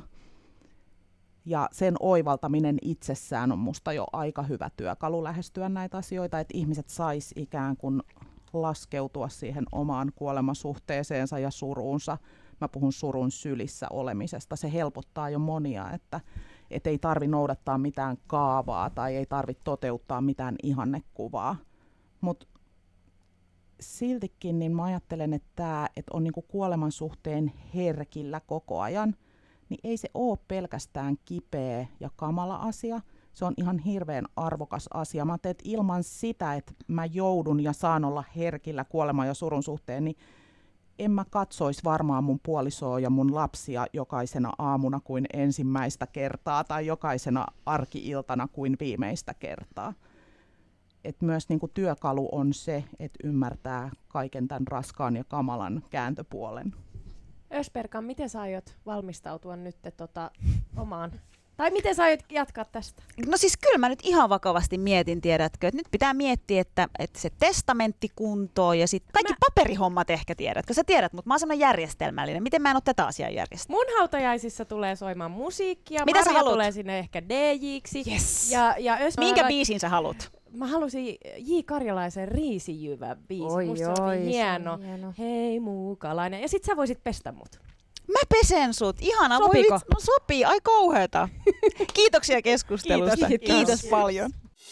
Speaker 6: Ja sen oivaltaminen itsessään on musta jo aika hyvä työkalu lähestyä näitä asioita, että ihmiset sais ikään kuin laskeutua siihen omaan kuolemasuhteeseensa ja suruunsa. Mä puhun surun sylissä olemisesta. Se helpottaa jo monia, että et ei tarvitse noudattaa mitään kaavaa tai ei tarvitse toteuttaa mitään ihannekuvaa. Mutta siltikin niin mä ajattelen, että tämä, että on niinku kuoleman suhteen herkillä koko ajan, niin ei se ole pelkästään kipeä ja kamala asia. Se on ihan hirveän arvokas asia. Mä ajattelen, että ilman sitä, että mä joudun ja saan olla herkillä kuoleman ja surun suhteen, niin en mä katsoisi varmaan mun puolisoa ja mun lapsia jokaisena aamuna kuin ensimmäistä kertaa tai jokaisena arki-iltana kuin viimeistä kertaa. Et myös niinku työkalu on se, että ymmärtää kaiken tämän raskaan ja kamalan kääntöpuolen.
Speaker 4: Ösperkan, miten sä aiot valmistautua nyt tota, omaan? Tai miten sä aiot jatkaa tästä?
Speaker 3: No siis kyllä mä nyt ihan vakavasti mietin, tiedätkö, että nyt pitää miettiä, että, että se testamentti kuntoon ja sitten kaikki mä... paperihommat ehkä tiedätkö. Sä tiedät, mutta mä oon semmoinen järjestelmällinen. Miten mä en ole tätä asiaa järjestänyt?
Speaker 4: Mun hautajaisissa tulee soimaan musiikkia,
Speaker 3: mitä
Speaker 4: Maria tulee sinne ehkä D J:ksi.
Speaker 3: Yes.
Speaker 4: Ja, ja Ös...
Speaker 3: Minkä
Speaker 4: mä...
Speaker 3: biisin sä haluat?
Speaker 4: Mä halusin J. Karjalaisen Riisijyvä biisi.
Speaker 2: Oi,
Speaker 4: Musta
Speaker 2: oi,
Speaker 4: se on
Speaker 2: se
Speaker 4: hieno.
Speaker 2: on hieno.
Speaker 4: Hei muukalainen. Ja sit sä voisit pestä mut.
Speaker 3: Mä pesen sut. Ihana.
Speaker 4: Sopiiko?
Speaker 3: Voi vitsi, no sopii. Ai kauheeta. Kiitoksia keskustelusta.
Speaker 4: Kiitos.
Speaker 3: Kiitos
Speaker 4: Kiitos.
Speaker 3: paljon.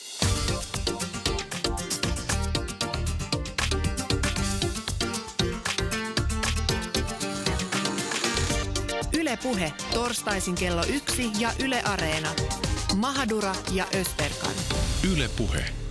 Speaker 1: Yle Puhe, torstaisin kello yksi ja Yle Areena. Mahadura ja Ösperkan.
Speaker 7: Yle Puhe.